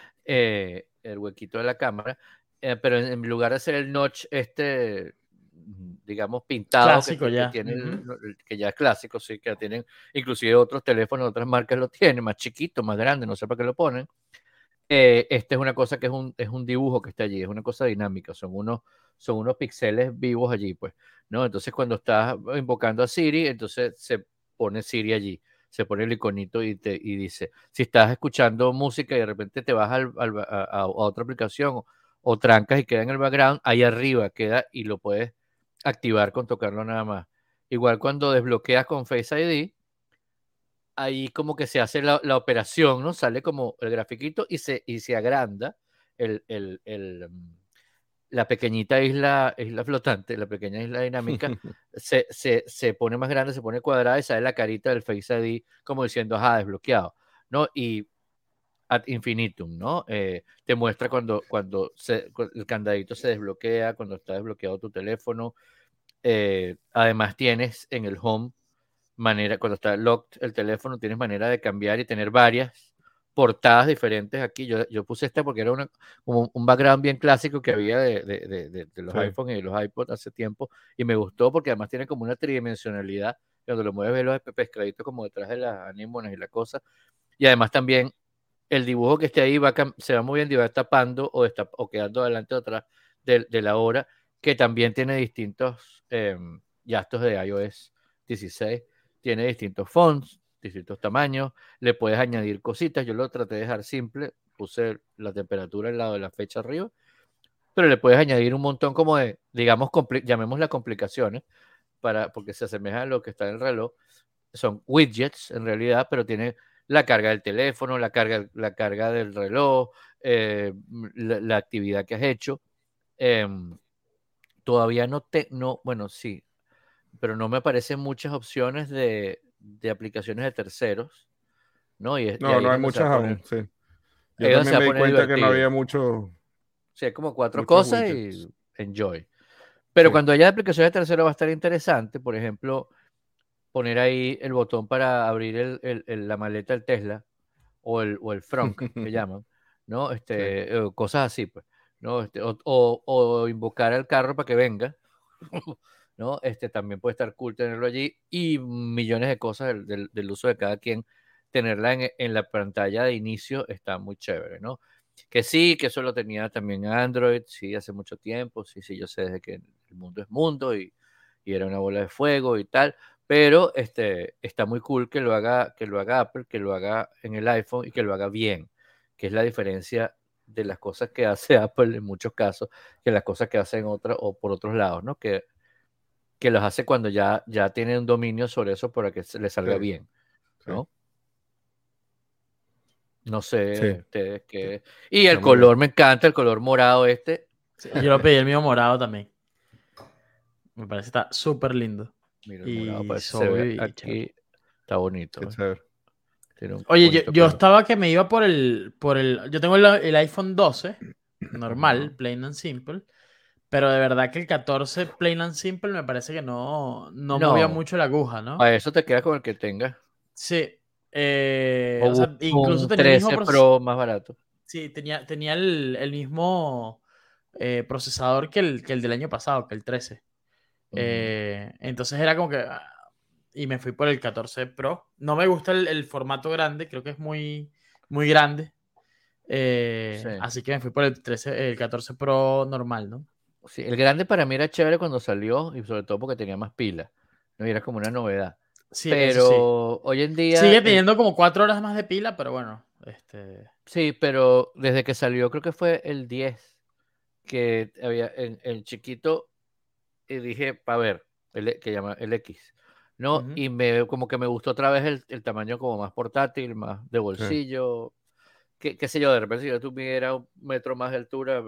eh, el huequito de la cámara, eh, pero en, en lugar de ser el notch este, digamos, pintado, clásico que, ya. Que, tiene uh-huh. el, que ya es clásico, sí, que tienen, inclusive otros teléfonos, otras marcas lo tienen, más chiquito, más grande, no sé para qué lo ponen. Eh, esta es una cosa que es un, es un dibujo que está allí, es una cosa dinámica, son unos, son unos píxeles vivos allí, pues, ¿no? Entonces cuando estás invocando a Siri, entonces se pone Siri allí, se pone el iconito y, te, y dice, si estás escuchando música y de repente te vas al, al, a, a, otra aplicación o, o trancas y queda en el background, ahí arriba queda y lo puedes activar con tocarlo nada más. Igual cuando desbloqueas con Face I D, ahí como que se hace la, la operación, ¿no? Sale como el grafiquito y se, y se agranda el, el, el, la pequeñita isla, isla flotante, la pequeña isla dinámica, se, se, se pone más grande, se pone cuadrada y sale la carita del Face I D como diciendo, ajá, desbloqueado, ¿no? Y ad infinitum, ¿no? Eh, te muestra cuando, cuando se, el candadito se desbloquea, cuando está desbloqueado tu teléfono. Eh, además tienes en el home manera, cuando está locked el teléfono, tienes manera de cambiar y tener varias portadas diferentes aquí. Yo, yo puse esta porque era una, como un background bien clásico que había de, de, de, de, de los sí. iPhones y de los iPods hace tiempo, y me gustó porque además tiene como una tridimensionalidad, cuando lo mueves ves los pescaditos como detrás de las anémonas y la cosa, y además también el dibujo que esté ahí va se va moviendo y va tapando o, está, o quedando adelante o atrás de, de la hora, que también tiene distintos eh, yastos de iOS dieciséis. Tiene distintos fonts, distintos tamaños, le puedes añadir cositas. Yo lo traté de dejar simple, puse la temperatura al lado de la fecha arriba, pero le puedes añadir un montón como de, digamos, llamémoslas complicaciones, para, porque se asemeja a lo que está en el reloj. Son widgets en realidad, pero tiene la carga del teléfono, la carga, la carga del reloj, eh, la, la actividad que has hecho. Eh, todavía no te, no, bueno, sí, pero no me aparecen muchas opciones de, de aplicaciones de terceros, ¿no? Y, no, y ahí no es hay muchas poner, aún, sí. Yo también me di cuenta divertido. Que no había mucho... Sí, hay como cuatro cosas widgets. Y enjoy. Pero sí. Cuando haya aplicaciones de terceros va a estar interesante, por ejemplo, poner ahí el botón para abrir el, el, el, la maleta del Tesla, o el, o el frunk, que llaman, ¿no? Este, sí. Cosas así, pues, ¿no? Este, o, o, o invocar al carro para que venga, ¿no? Este también puede estar cool tenerlo allí, y millones de cosas del, del, del uso de cada quien. Tenerla en, en la pantalla de inicio está muy chévere, ¿no? Que sí, que eso lo tenía también Android, sí, hace mucho tiempo, sí, sí, yo sé desde que el mundo es mundo y, y era una bola de fuego y tal, pero este, está muy cool que lo haga, que lo haga Apple, que lo haga en el iPhone y que lo haga bien, que es la diferencia de las cosas que hace Apple en muchos casos, que las cosas que hace en otras o por otros lados, ¿no? Que que los hace cuando ya, ya tiene un dominio sobre eso para que se le salga sí. bien, ¿no? Sí. No sé, sí. ustedes qué... Y el Está color, me encanta, el color morado este. Sí, yo lo pedí el mío morado también. Me parece que está súper lindo. Mira, el y morado parece que se ve aquí. Chévere. Está bonito. ¿eh? Oye, yo, yo estaba que me iba por el... Por el yo tengo el, el iPhone doce, normal, uh-huh. plain and simple. Pero de verdad que el catorce plain and simple me parece que no, no, no movía mucho la aguja, ¿no? A eso te queda con el que tengas. Sí. Eh, o, o sea, incluso un tenía trece el mismo Pro más barato. Sí, tenía, tenía el, el mismo eh, procesador que el, que el del año pasado, que el trece. Uh-huh. Eh, entonces era como que... Y me fui por el catorce Pro. No me gusta el, el formato grande, creo que es muy, muy grande. Eh, sí. Así que me fui por el, trece, el catorce Pro normal, ¿no? Sí, el grande para mí era chévere cuando salió y sobre todo porque tenía más pila, ¿no? Y era como una novedad. Sí, pero sí. Hoy en día... Sigue teniendo el... como cuatro horas más de pila, pero bueno. Este... Sí, pero desde que salió creo que fue el diez que había en el chiquito y dije, a ver, el, que llama el X, ¿no? Uh-huh. Y me como que me gustó otra vez el, el tamaño como más portátil, más de bolsillo. Sí. Qué, qué sé yo, de repente si yo tuviera un metro más de altura,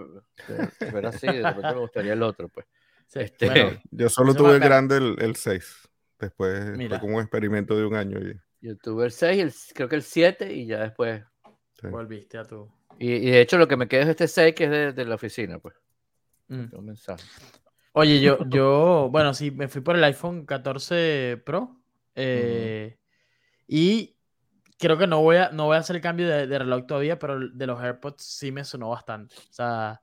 era así, de repente me gustaría el otro, pues. Sí, este, bueno, yo solo tuve me... grande el, el seis. Después Mira. fue como un experimento de un año. Y... Yo tuve el seis, el, creo que el siete y ya después... Sí. Volviste a tu... Y, y de hecho lo que me queda es este seis que es de, de la oficina, pues. Mm. Un mensaje. Oye, yo, yo, bueno, sí, me fui por el iPhone catorce Pro eh, uh-huh. y creo que no voy a, no voy a hacer el cambio de, de reloj todavía, pero de los AirPods sí me sonó bastante. O sea,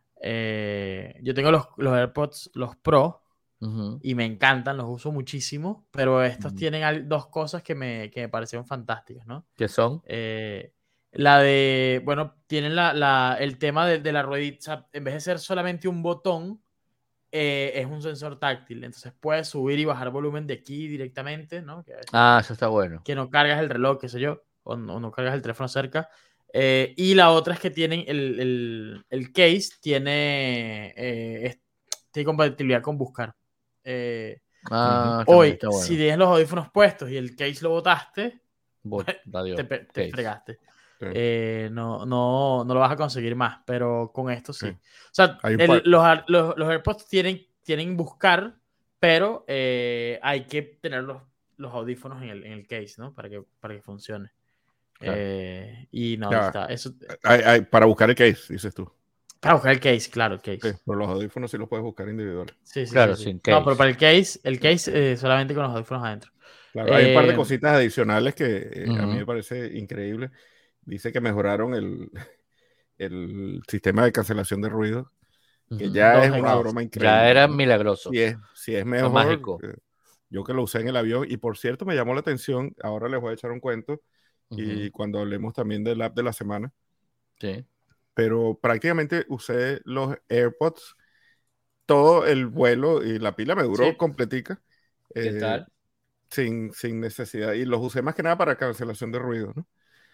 eh, yo tengo los, los AirPods, los Pro, uh-huh. y me encantan, los uso muchísimo, pero estos uh-huh. tienen dos cosas que me, que me parecieron fantásticas, ¿no? ¿Qué son? Eh, la de, bueno, tienen la, la, el tema de, de la ruedita, o sea, en vez de ser solamente un botón, eh, es un sensor táctil, entonces puedes subir y bajar volumen de aquí directamente, ¿no? Que ah, eso está bueno. Que no cargas el reloj, qué sé yo, o no, o no cargas el teléfono cerca. Eh, y la otra es que tienen el, el, el case, tiene, eh, es, tiene compatibilidad con buscar. Eh, ah, hoy, bueno. si tienes los audífonos puestos y el case lo botaste, Bot, te, te fregaste. Sí. Eh, no, no, no lo vas a conseguir más, pero con esto sí. sí. O sea, el, los, los, los AirPods tienen, tienen buscar, pero eh, hay que tener los, los audífonos en el, en el case, ¿no? Para que, para que funcione. Claro. Eh, y no, ya, está. Eso... Hay, hay, para buscar el case, dices tú. Para buscar el case, claro, el case. Sí, pero los audífonos sí los puedes buscar individuales. Sí, sí, claro, sí, sí. sin case. No, pero para el case, el case eh, solamente con los audífonos adentro. Claro, hay eh, un par de cositas adicionales que eh, uh-huh. a mí me parece increíble. Dice que mejoraron el, el sistema de cancelación de ruido, uh-huh. que ya Dos es una broma increíble. Ya era milagroso. Si es, si es mejor, mágico. Eh, yo que lo usé en el avión, y por cierto me llamó la atención, ahora les voy a echar un cuento, uh-huh. y cuando hablemos también del app de la semana. Sí. Pero prácticamente usé los AirPods todo el vuelo y la pila me duró sí. completica. ¿Qué eh, tal? Sin, sin necesidad. Y los usé más que nada para cancelación de ruido, ¿no?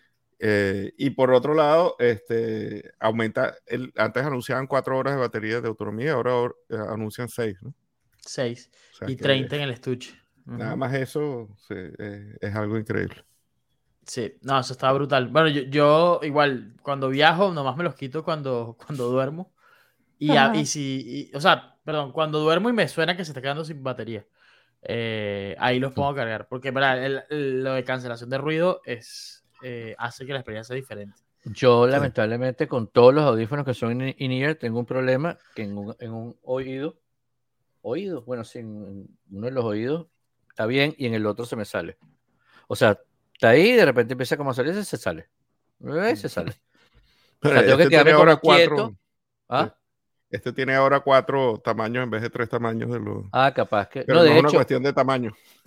Eh, y por otro lado, este, aumenta, el, antes anunciaban cuatro horas de batería de autonomía, ahora or, eh, anuncian seis, ¿no? Seis. O sea, y treinta en el estuche. Uh-huh. Nada más eso sí, eh, es algo increíble. Sí, no, eso estaba brutal. Bueno, yo, yo igual, cuando viajo, nomás me los quito cuando, cuando duermo. Y, a, y si, y, o sea, perdón, cuando duermo y me suena que se está quedando sin batería. Eh, ahí los pongo a cargar, porque ¿verdad? El, el, lo de cancelación de ruido es, eh, hace que la experiencia sea diferente. Yo sí. lamentablemente con todos los audífonos que son in-ear tengo un problema que en un, en un oído, oído, bueno, sí, en uno de los oídos está bien y en el otro se me sale. O sea, está ahí y de repente empieza como a salirse, se sale. Y se sale. O sea, tengo este que quedarme ahora cuatro. ¿Ah? Este tiene ahora cuatro tamaños en vez de tres tamaños de los. Ah, capaz que. Pero no, no de es hecho, una cuestión de tamaño.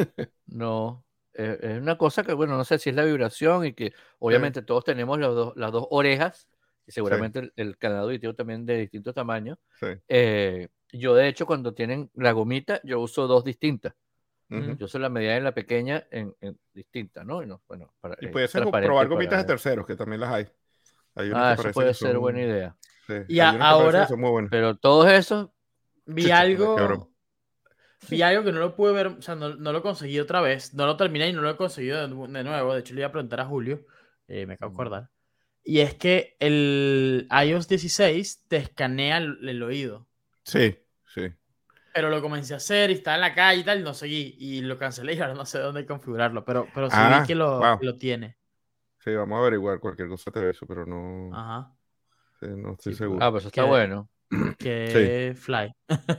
No. Es, es una cosa que, bueno, no sé si es la vibración y que obviamente sí. todos tenemos los dos, las dos orejas, y seguramente sí. el, el canal auditivo también de distintos tamaños. Sí. Eh, yo, de hecho, cuando tienen la gomita, yo uso dos distintas. Uh-huh. Yo uso la mediana y la pequeña en, en distintas, ¿no? Y, no, bueno, para, y puede ser probar gomitas para... de terceros, que también las hay. hay ah, eso puede ser son... buena idea. Sí. Y a, ahora, son muy buenas. Pero todos esos... Vi Chucha, algo... Vi algo que no lo pude ver, o sea, no, no lo conseguí otra vez, no lo terminé y no lo he conseguido de, de nuevo. De hecho, le iba a preguntar a Julio, eh, me acabo de acordar. Y es que el iOS dieciséis te escanea el, el oído. Sí, sí. Pero lo comencé a hacer y estaba en la calle y tal, no seguí. Y lo cancelé y ahora no sé dónde configurarlo. Pero, pero sí ah, vi que lo, wow. que lo tiene. Sí, vamos a averiguar cualquier cosa de eso, pero no. Ajá. Sí, no estoy sí, seguro. Ah, pues eso está que, bueno. Que sí. Fly.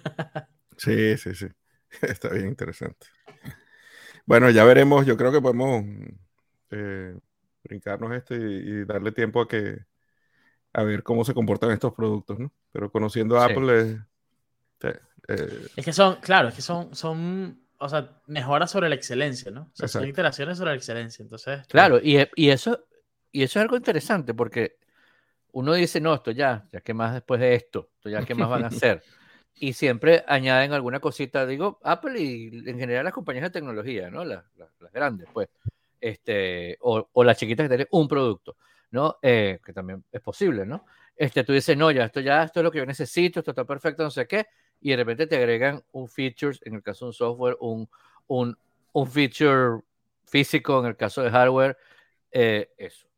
Sí, sí, sí. Está bien interesante. Bueno, ya veremos. Yo creo que podemos eh, brincarnos esto y, y darle tiempo a que a ver cómo se comportan estos productos, ¿no? Pero conociendo a sí. Apple, eh, eh, es que son, claro, es que son, son, o sea, mejoras sobre la excelencia, ¿no? O sea, exacto. Son iteraciones sobre la excelencia. Entonces, claro, y, y eso, y eso es algo interesante porque uno dice, no, esto ya, ya qué más después de esto, esto ya qué más van a hacer. Y siempre añaden alguna cosita, digo, Apple y en general las compañías de tecnología, ¿no? Las, las, las grandes, pues, este, o, o las chiquitas que tienen un producto, ¿no? Eh, que también es posible, ¿no? Este, tú dices, no, ya, esto ya, esto es lo que yo necesito, esto está perfecto, no sé qué, y de repente te agregan un feature, en el caso de un software, un, un, un feature físico, en el caso de hardware, eh, eso.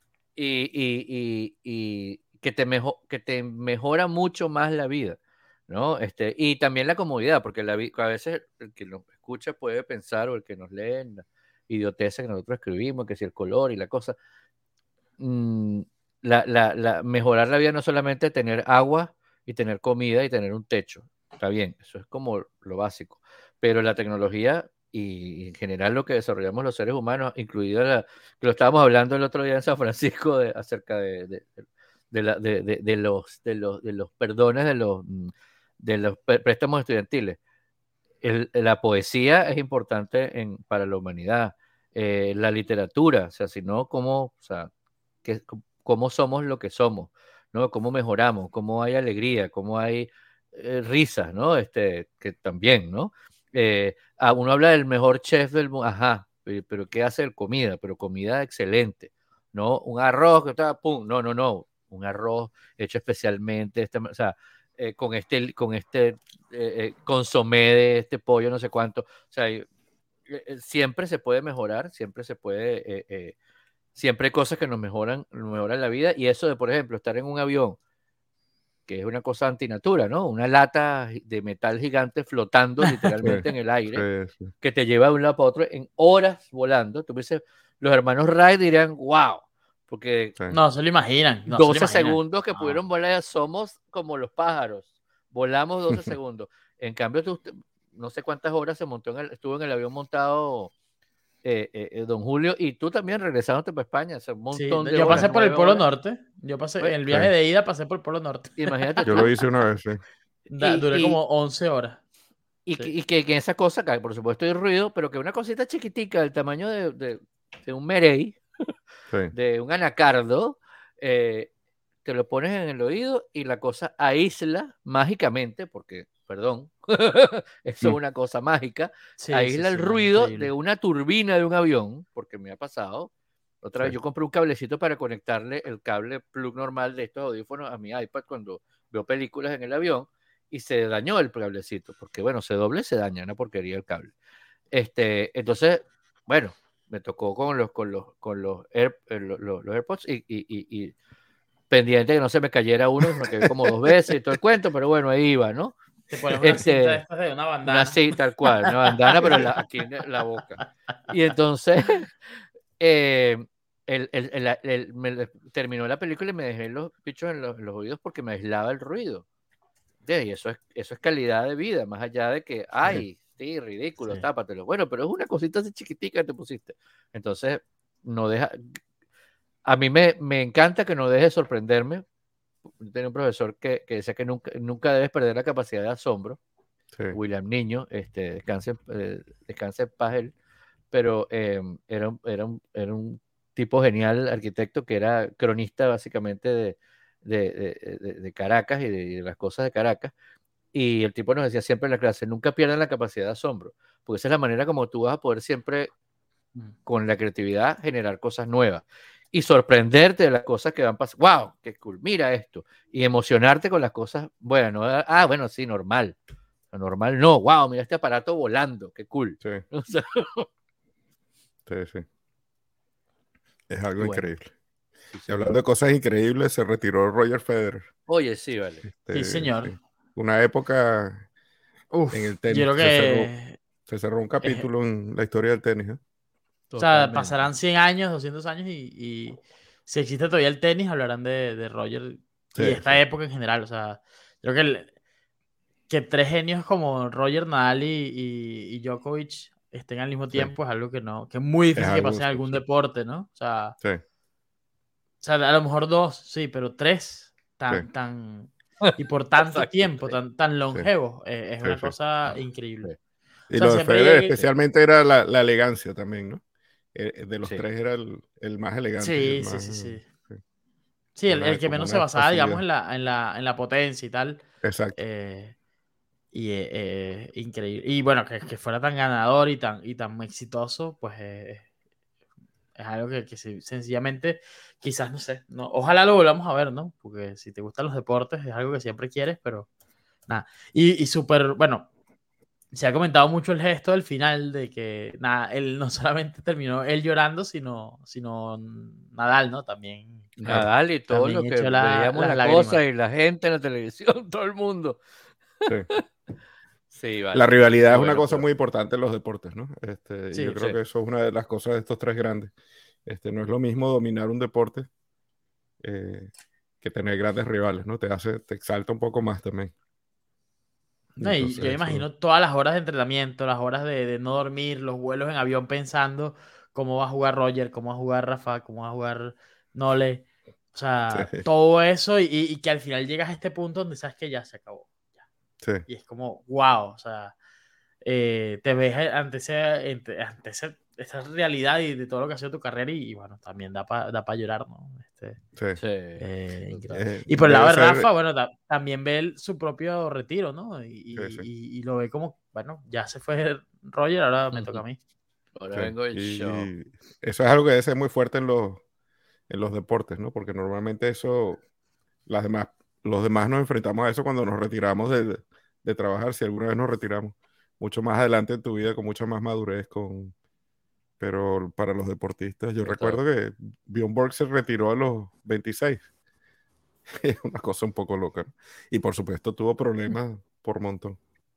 Y, y, y, y que, te mejo, que te mejora mucho más la vida, ¿no? Este, y también la comodidad, porque la, a veces el que nos escucha puede pensar, o el que nos lee en la idioteza que nosotros escribimos, que si el color y la cosa, mmm, la, la, la, mejorar la vida no solamente tener agua y tener comida y tener un techo, está bien, eso es como lo básico, pero la tecnología y en general lo que desarrollamos los seres humanos, incluido la, que lo estábamos hablando el otro día en San Francisco de, acerca de, de, de, la, de, de, de, los, de, los, de los perdones de los, de los préstamos estudiantiles. El, la poesía es importante en, para la humanidad, eh, la literatura, o sea, si no, ¿cómo, o sea, que, cómo somos lo que somos, ¿no? Cómo mejoramos, cómo hay alegría, cómo hay eh, risas, ¿no? Este, que también, ¿no? Eh, ah, uno habla del mejor chef del mundo, ajá, pero, pero ¿qué hace el comida? Pero comida excelente, ¿no? Un arroz que está, pum, no, no, no, un arroz hecho especialmente, este, o sea, eh, con este, con este eh, eh, consomé de este pollo, no sé cuánto, o sea, eh, siempre se puede mejorar, siempre se puede, eh, eh, siempre hay cosas que nos mejoran, nos mejoran la vida, y eso de, por ejemplo, estar en un avión, que es una cosa antinatura, ¿no? Una lata de metal gigante flotando literalmente sí, en el aire, sí, sí. que te lleva de un lado para otro en horas volando. Tú me dices, los hermanos Wright dirían, wow, porque sí. no se lo imaginan. No doce se lo imaginan. segundos que no. pudieron volar, somos como los pájaros, volamos doce segundos. En cambio, tú, no sé cuántas horas se montó en el, estuvo en el avión montado eh, eh, don Julio, y tú también regresándote para España, o sea, un montón sí, de yo horas, pasé por el Polo horas. Norte, yo pasé, Pues, en el viaje sí. de ida pasé por el Polo Norte. Imagínate. Yo lo hice una vez, sí. Da, duré y, como once horas. Y, sí. y que, que esa cosa, que por supuesto hay ruido, pero que una cosita chiquitica del tamaño de, de, de un merey, sí. de un anacardo, eh, te lo pones en el oído y la cosa aísla mágicamente, porque, perdón, eso es una cosa mágica, sí, aísla sí, el sí, ruido de una turbina de un avión, porque me ha pasado. Otra sí. vez yo compré un cablecito para conectarle el cable plug normal de estos audífonos a mi iPad cuando veo películas en el avión, y se dañó el cablecito, porque bueno, se doble, se daña, una porquería el cable. Este, entonces, bueno, me tocó con los, con los, con los, Air, los, los, los AirPods y, y, y, y pendiente que no se me cayera uno, me quedé como dos veces y todo el cuento, pero bueno, ahí iba, ¿no? Te pones una este, cinta de estas de una bandana. Una cinta, tal cual, una bandana, pero la, aquí en la boca. Y entonces, eh, el, el, el, el, me terminó la película y me dejé los bichos en los, en los oídos porque me aislaba el ruido. Y eso es, eso es calidad de vida, más allá de que, ay, sí, ridículo, sí. tápatelo. Bueno, pero es una cosita así chiquitica que te pusiste. Entonces, no deja... A mí me, me encanta que no deje de sorprenderme. Tenía un profesor que, que decía que nunca, nunca debes perder la capacidad de asombro. Sí. William Niño, este, descanse, eh, descanse en paz él, pero eh, era, era, un, era un tipo genial, arquitecto, que era cronista básicamente de, de, de, de, de Caracas y de, de las cosas de Caracas, y el tipo nos decía siempre en la clase, nunca pierdan la capacidad de asombro, porque esa es la manera como tú vas a poder siempre, con la creatividad, generar cosas nuevas y sorprenderte de las cosas que van pasando. ¡Wow! ¡Qué cool! Mira esto. Y emocionarte con las cosas, bueno, ah, bueno, sí, normal. Normal no, wow, mira este aparato volando, qué cool. Sí, o sea, sí, sí. Es algo bueno. increíble. Sí, sí, y hablando de cosas increíbles, se retiró Roger Federer. Oye, sí, vale. Este, sí, señor. Sí. Una época Uf, en el tenis. Yo creo que... se, cerró, se cerró un capítulo es... en la historia del tenis. ¿eh? O sea, pasarán cien años, doscientos años y, y si existe todavía el tenis, hablarán de, de Roger sí, y de esta sí. época en general. O sea, creo que, el, que tres genios como Roger, Nadal y, y, y Djokovic estén al mismo tiempo sí. es algo que no, que es muy difícil es que pase en algún sí. deporte, ¿no? O sea, sí. o sea, a lo mejor dos, sí, pero tres tan, sí. tan y por tanto Exacto, tiempo, sí. tan, tan longevos, sí. eh, es sí, una sí. cosa increíble. Y o sea, lo de Federer llegué... especialmente era la, la elegancia también, ¿no? De los sí. tres era el, el más elegante. Sí, el sí, más, sí, sí. Sí, sí el, el que menos se basaba, facilidad. digamos, en la, en, la, en la potencia y tal. Exacto. Eh, y eh, eh, increíble. Y bueno, que, que fuera tan ganador y tan, y tan exitoso, pues eh, es algo que, que sencillamente, quizás, no sé, no, ojalá lo volvamos a ver, ¿no? Porque si te gustan los deportes, es algo que siempre quieres, pero nada. Y, y súper, bueno, se ha comentado mucho el gesto del final de que nada, él no solamente terminó él llorando, sino, sino Nadal, ¿no? También. Nadal y todo lo que la, veíamos la cosa y la gente en la televisión, todo el mundo. Sí. Sí, vale. La rivalidad Qué es una bueno, cosa pero... muy importante en los deportes, ¿no? Este, Sí. yo creo Sí. que eso es una de las cosas de estos tres grandes. Este, no es lo mismo dominar un deporte eh, que tener grandes rivales, ¿no? Te hace, te exalta un poco más también. No, y yo Entonces, eso, imagino todas las horas de entrenamiento, las horas de, de no dormir, los vuelos en avión pensando cómo va a jugar Roger, cómo va a jugar Rafa, cómo va a jugar Nole. O sea, sí, todo eso y, y que al final llegas a este punto donde sabes que ya se acabó. Ya. sí. Y es como, wow, o sea, eh, te ves ante, ese, ante, ante ese- esa realidad y de todo lo que ha sido tu carrera y, y bueno, también da para da pa llorar, ¿no? Este, Sí. Sí. eh, increíble. Eh, Y por el lado debe de ser, Rafa, bueno, ta- también ve el- su propio retiro, ¿no? Y, sí, sí, y- y lo ve como, bueno, ya se fue Roger, ahora me toca a Ujú. mí. Ahora sí. vengo el show. Y eso es algo que debe ser muy fuerte en los, en los deportes, ¿no? Porque normalmente eso, las demás, los demás nos enfrentamos a eso cuando nos retiramos de, de trabajar, si alguna vez nos retiramos. Mucho más adelante en tu vida, con mucha más madurez, con... Pero para los deportistas, yo Total. recuerdo que Bjorn Borg se retiró a los veintiséis. Es una cosa un poco loca, ¿no? Y por supuesto tuvo problemas por montón.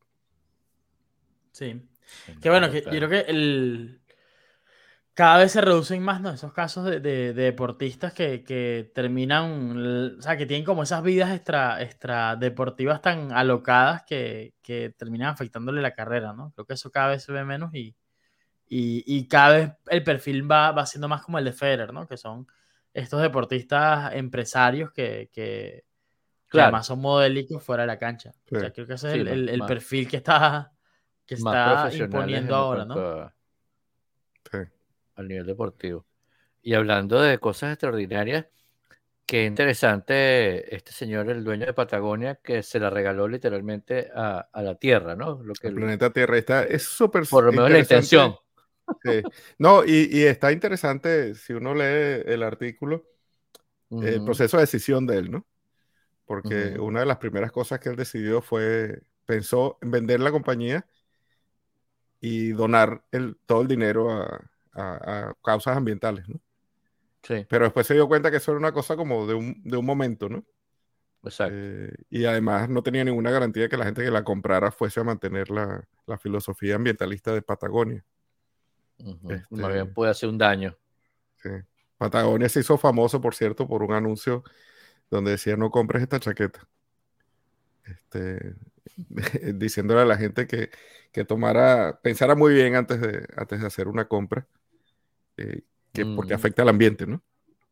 Sí. Sí, Que bueno, que yo total. creo que el... cada vez se reducen más, ¿no? Esos casos de, de- de deportistas que, que terminan, l- o sea, que tienen como esas vidas extra, extra deportivas tan alocadas que, que terminan afectándole la carrera, ¿no? Creo que eso cada vez se ve menos y, y, y cada vez el perfil va, va siendo más como el de Federer, ¿no? Que son estos deportistas empresarios que, que, que Claro, además son modélicos fuera de la cancha. Sí, O sea, creo que ese es sí, el, más, el- el más, perfil que está, que más está profesionales imponiendo en ahora, cuanto ¿no? a, sí. al nivel deportivo. Y hablando de cosas extraordinarias, qué interesante este señor, el dueño de Patagonia, que se la regaló literalmente a, a la Tierra, ¿no? Lo que El el- planeta Tierra está, eh, es súper por lo menos la intención. interesante. Sí. No, y, y está interesante si uno lee el artículo, el Ujú, proceso de decisión de él, ¿no? Porque ujú. una de las primeras cosas que él decidió fue, pensó en vender la compañía y donar el, todo el dinero a, a- a causas ambientales, ¿no? Sí, Pero después se dio cuenta que eso era una cosa como de un, de un momento, ¿no? exacto. Eh, y además no tenía ninguna garantía de que la gente que la comprara fuese a mantener la, la filosofía ambientalista de Patagonia. Ujú. Más bien Este, puede hacer un daño. sí. Patagonia se hizo famoso, por cierto, por un anuncio donde decía no compres esta chaqueta. Este, diciéndole a la gente que, que tomara, pensara muy bien antes de, antes de hacer una compra, eh, que porque Mm, afecta al ambiente, ¿no?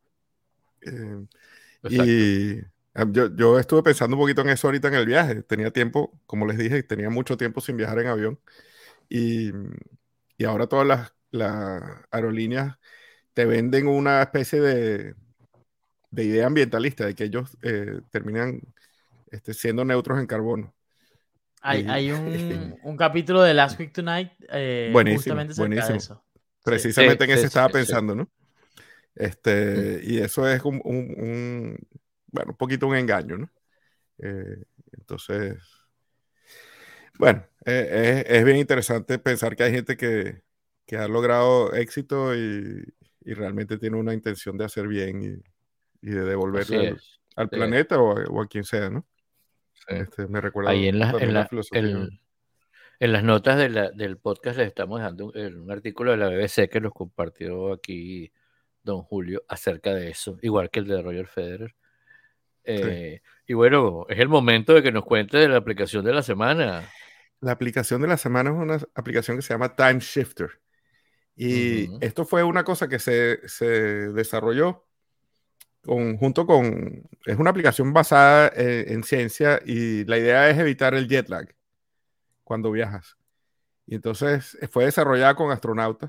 Eh, exacto. y ah, yo, yo estuve pensando un poquito en eso ahorita en el viaje. Tenía tiempo, como les dije, tenía mucho tiempo sin viajar en avión. Y, y ahora todas las, las aerolíneas te venden una especie de, de idea ambientalista, de que ellos eh, terminan este, siendo neutros en carbono. Hay, Y hay un, un capítulo de Last Week Tonight eh, buenísimo, justamente acerca de buenísimo. eso. Sí. Sí, Precisamente en sí, ese sí, estaba sí. pensando, ¿no? Mm, Este, y eso es un, un- un, bueno, un poquito un engaño, ¿no? Eh, entonces, bueno, eh, es, es bien interesante pensar que hay gente que, que ha logrado éxito y, y realmente tiene una intención de hacer bien y, y de devolverle así al, es. al Así es, planeta o, a o a quien sea, ¿no? sí. Este, me Ahí recuerda en la, en también la la, filosofía. el- en las notas de la- del podcast les estamos dejando un, el- un artículo de la B B C que nos compartió aquí don Julio acerca de eso, igual que el de Roger Federer. Sí. Eh, y bueno, es el momento de que nos cuente de la aplicación de la semana. La aplicación de la semana es una aplicación que se llama Time Shifter. Y Ujú, esto fue una cosa que se, se desarrolló con, junto con, es una aplicación basada en, en ciencia y la idea es evitar el jet lag cuando viajas. Y entonces eh, fue desarrollada con astronautas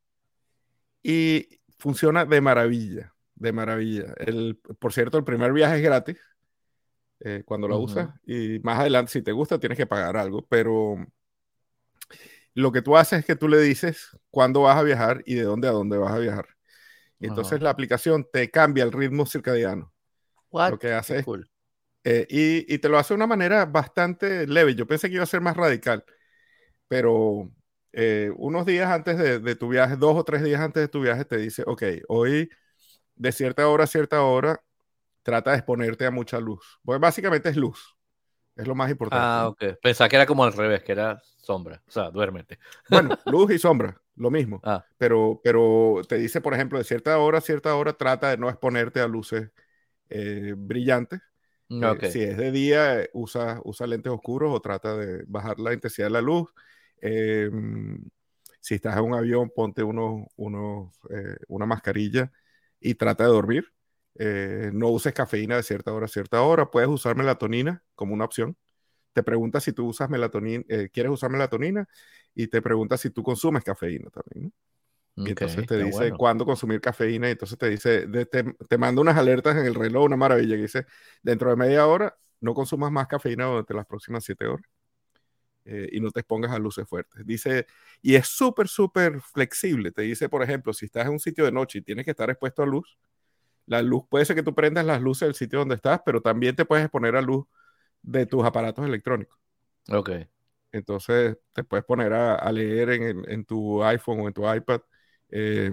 y funciona de maravilla, de maravilla. El, por cierto, el primer viaje es gratis eh, cuando lo usas ujú, y más adelante, si te gusta, tienes que pagar algo, pero lo que tú haces es que tú le dices cuándo vas a viajar y de dónde a dónde vas a viajar. Y entonces ajá. la aplicación te cambia el ritmo circadiano. Lo What? que Qué hace es, cool. eh, y, y te lo hace de una manera bastante leve. Yo pensé que iba a ser más radical, pero eh, unos días antes de, de tu viaje, dos o tres días antes de tu viaje, te dice, ok, hoy de cierta hora a cierta hora, trata de exponerte a mucha luz. Pues básicamente es luz. Es lo más importante. Ah, ok. Pensaba que era como al revés, que era sombra. O sea, duérmete. Bueno, luz y sombra, lo mismo. Ah. Pero, pero te dice, por ejemplo, de cierta hora a cierta hora trata de no exponerte a luces eh, brillantes. Okay. Eh, si es de día, eh, usa, usa lentes oscuros o trata de bajar la intensidad de la luz. Eh, si estás en un avión, ponte unos, unos, eh, una mascarilla y trata de dormir. Eh, no uses cafeína de cierta hora a cierta hora. Puedes usar melatonina como una opción. Te pregunta si tú usas melatonina, eh, quieres usar melatonina y te pregunta si tú consumes cafeína también, ¿no? Okay, y entonces te dice bueno. cuándo consumir cafeína y entonces te dice, de, te, te manda unas alertas en el reloj, una maravilla, que dice, dentro de media hora no consumas más cafeína durante las próximas siete horas eh, y no te expongas a luces fuertes. Dice, y es súper, súper flexible. Te dice, por ejemplo, si estás en un sitio de noche y tienes que estar expuesto a luz, la luz puede ser que tú prendas las luces del sitio donde estás, pero también te puedes exponer a luz de tus aparatos electrónicos. Ok. Entonces te puedes poner a, a leer en, en tu iPhone o en tu iPad. Eh,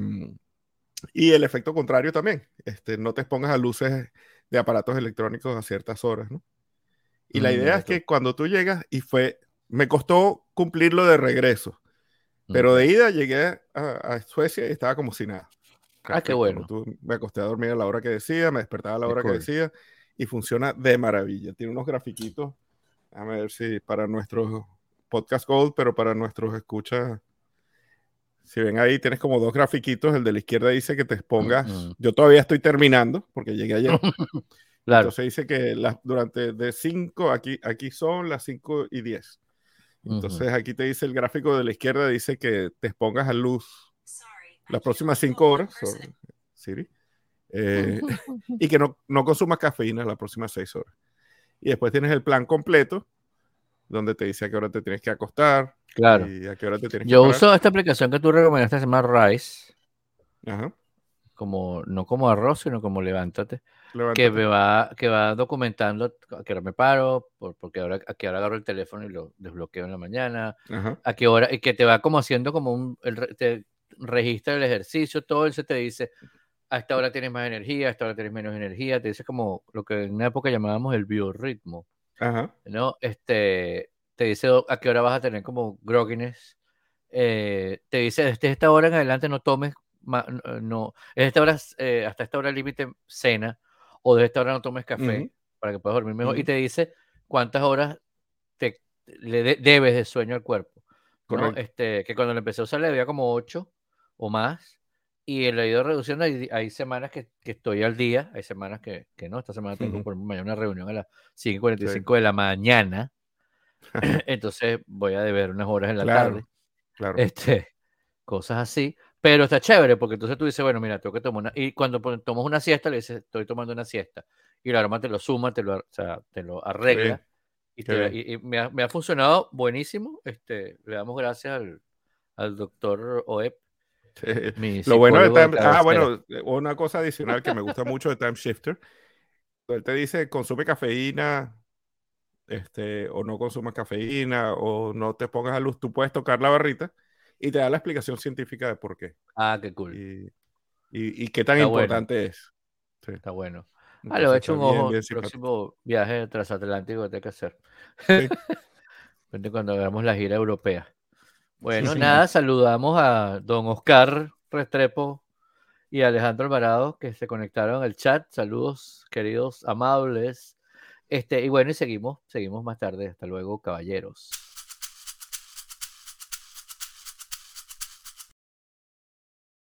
y el efecto contrario también. Este, no te expongas a luces de aparatos electrónicos a ciertas horas, ¿no? Y la Mm, idea mira es tú. que cuando tú llegas, y fue, me costó cumplirlo de regreso, pero Ok. de ida llegué a, a Suecia y estaba como si nada. Ah, qué Perfecto, bueno. ¿no? Tú, me acosté a dormir a la hora que decía, me despertaba a la Qué hora que cool. decía, y funciona de maravilla. Tiene unos grafiquitos, a ver si para nuestros podcast gold, pero para nuestros escuchas, si ven ahí, tienes como dos grafiquitos. El de la izquierda dice que te expongas. Mm-mm. Yo todavía estoy terminando porque llegué ayer. Claro. Entonces dice que las, durante de cinco, aquí, aquí son las cinco y diez. Entonces Uh-huh. aquí te dice el gráfico de la izquierda, dice que te expongas a luz las próximas cinco horas, so, Siri, eh, y que no, no consumas cafeína las próximas seis horas. Y después tienes el plan completo, donde te dice a qué hora te tienes que acostar, Claro. y a qué hora te tienes Yo que parar. uso esta aplicación que tú recomendaste, se llama Rise. Ajá. Como, no como arroz, sino como levántate. Levántate. Que me va, que va documentando a qué hora me paro, por, porque ahora, a qué hora agarro el teléfono y lo desbloqueo en la mañana, Ajá. a qué hora, y que te va como haciendo como un, el, te registra el ejercicio, todo eso te dice, a esta hora tienes más energía, a esta hora tienes menos energía, te dice como lo que en una época llamábamos el biorritmo, Ajá. ¿no? Este, te dice a qué hora vas a tener como grogginess, eh, te dice desde esta hora en adelante no tomes, ma, no, desde esta hora, eh, hasta esta hora límite cena, o de esta hora no tomes café, Uh-huh. para que puedas dormir mejor, Uh-huh. y te dice cuántas horas te, le de, debes de sueño al cuerpo, ¿no? Este, que cuando le empecé a usar le debía como ocho o más, y le he ido reduciendo, hay, hay semanas que, que estoy al día, hay semanas que, que no, esta semana tengo uh-huh. por mañana una reunión a las cinco y cuarenta y cinco sí. de la mañana, entonces voy a deber unas horas en la claro, tarde, claro. este, cosas así. Pero está chévere porque entonces tú dices, bueno, mira, tengo que tomar una... Y cuando tomas una siesta, le dices, estoy tomando una siesta. Y la aroma te lo suma, te lo, o sea, te lo arregla. Y, te, y, y me, ha, me ha funcionado buenísimo. Este, le damos gracias al, al doctor Oep. Sí. Lo bueno de Time... de Ah, bueno, una cosa adicional que me gusta mucho de Time Shifter. Él te dice, consume cafeína, este, o no consumas cafeína, o no te pongas a luz. Tú puedes tocar la barrita y te da la explicación científica de por qué. Ah, qué cool. Y, y, y qué tan Está importante bueno. es. Sí. Está bueno. Entonces, ah, le voy a echar un bien, ojo. bien Próximo viaje transatlántico que tengo que hacer. Sí. Cuando hagamos la gira europea. Bueno, sí, nada, sí. Saludamos a don Oscar Restrepo y a Alejandro Alvarado que se conectaron al chat. Saludos, queridos, amables. Este, y bueno, y seguimos, seguimos más tarde. Hasta luego, caballeros.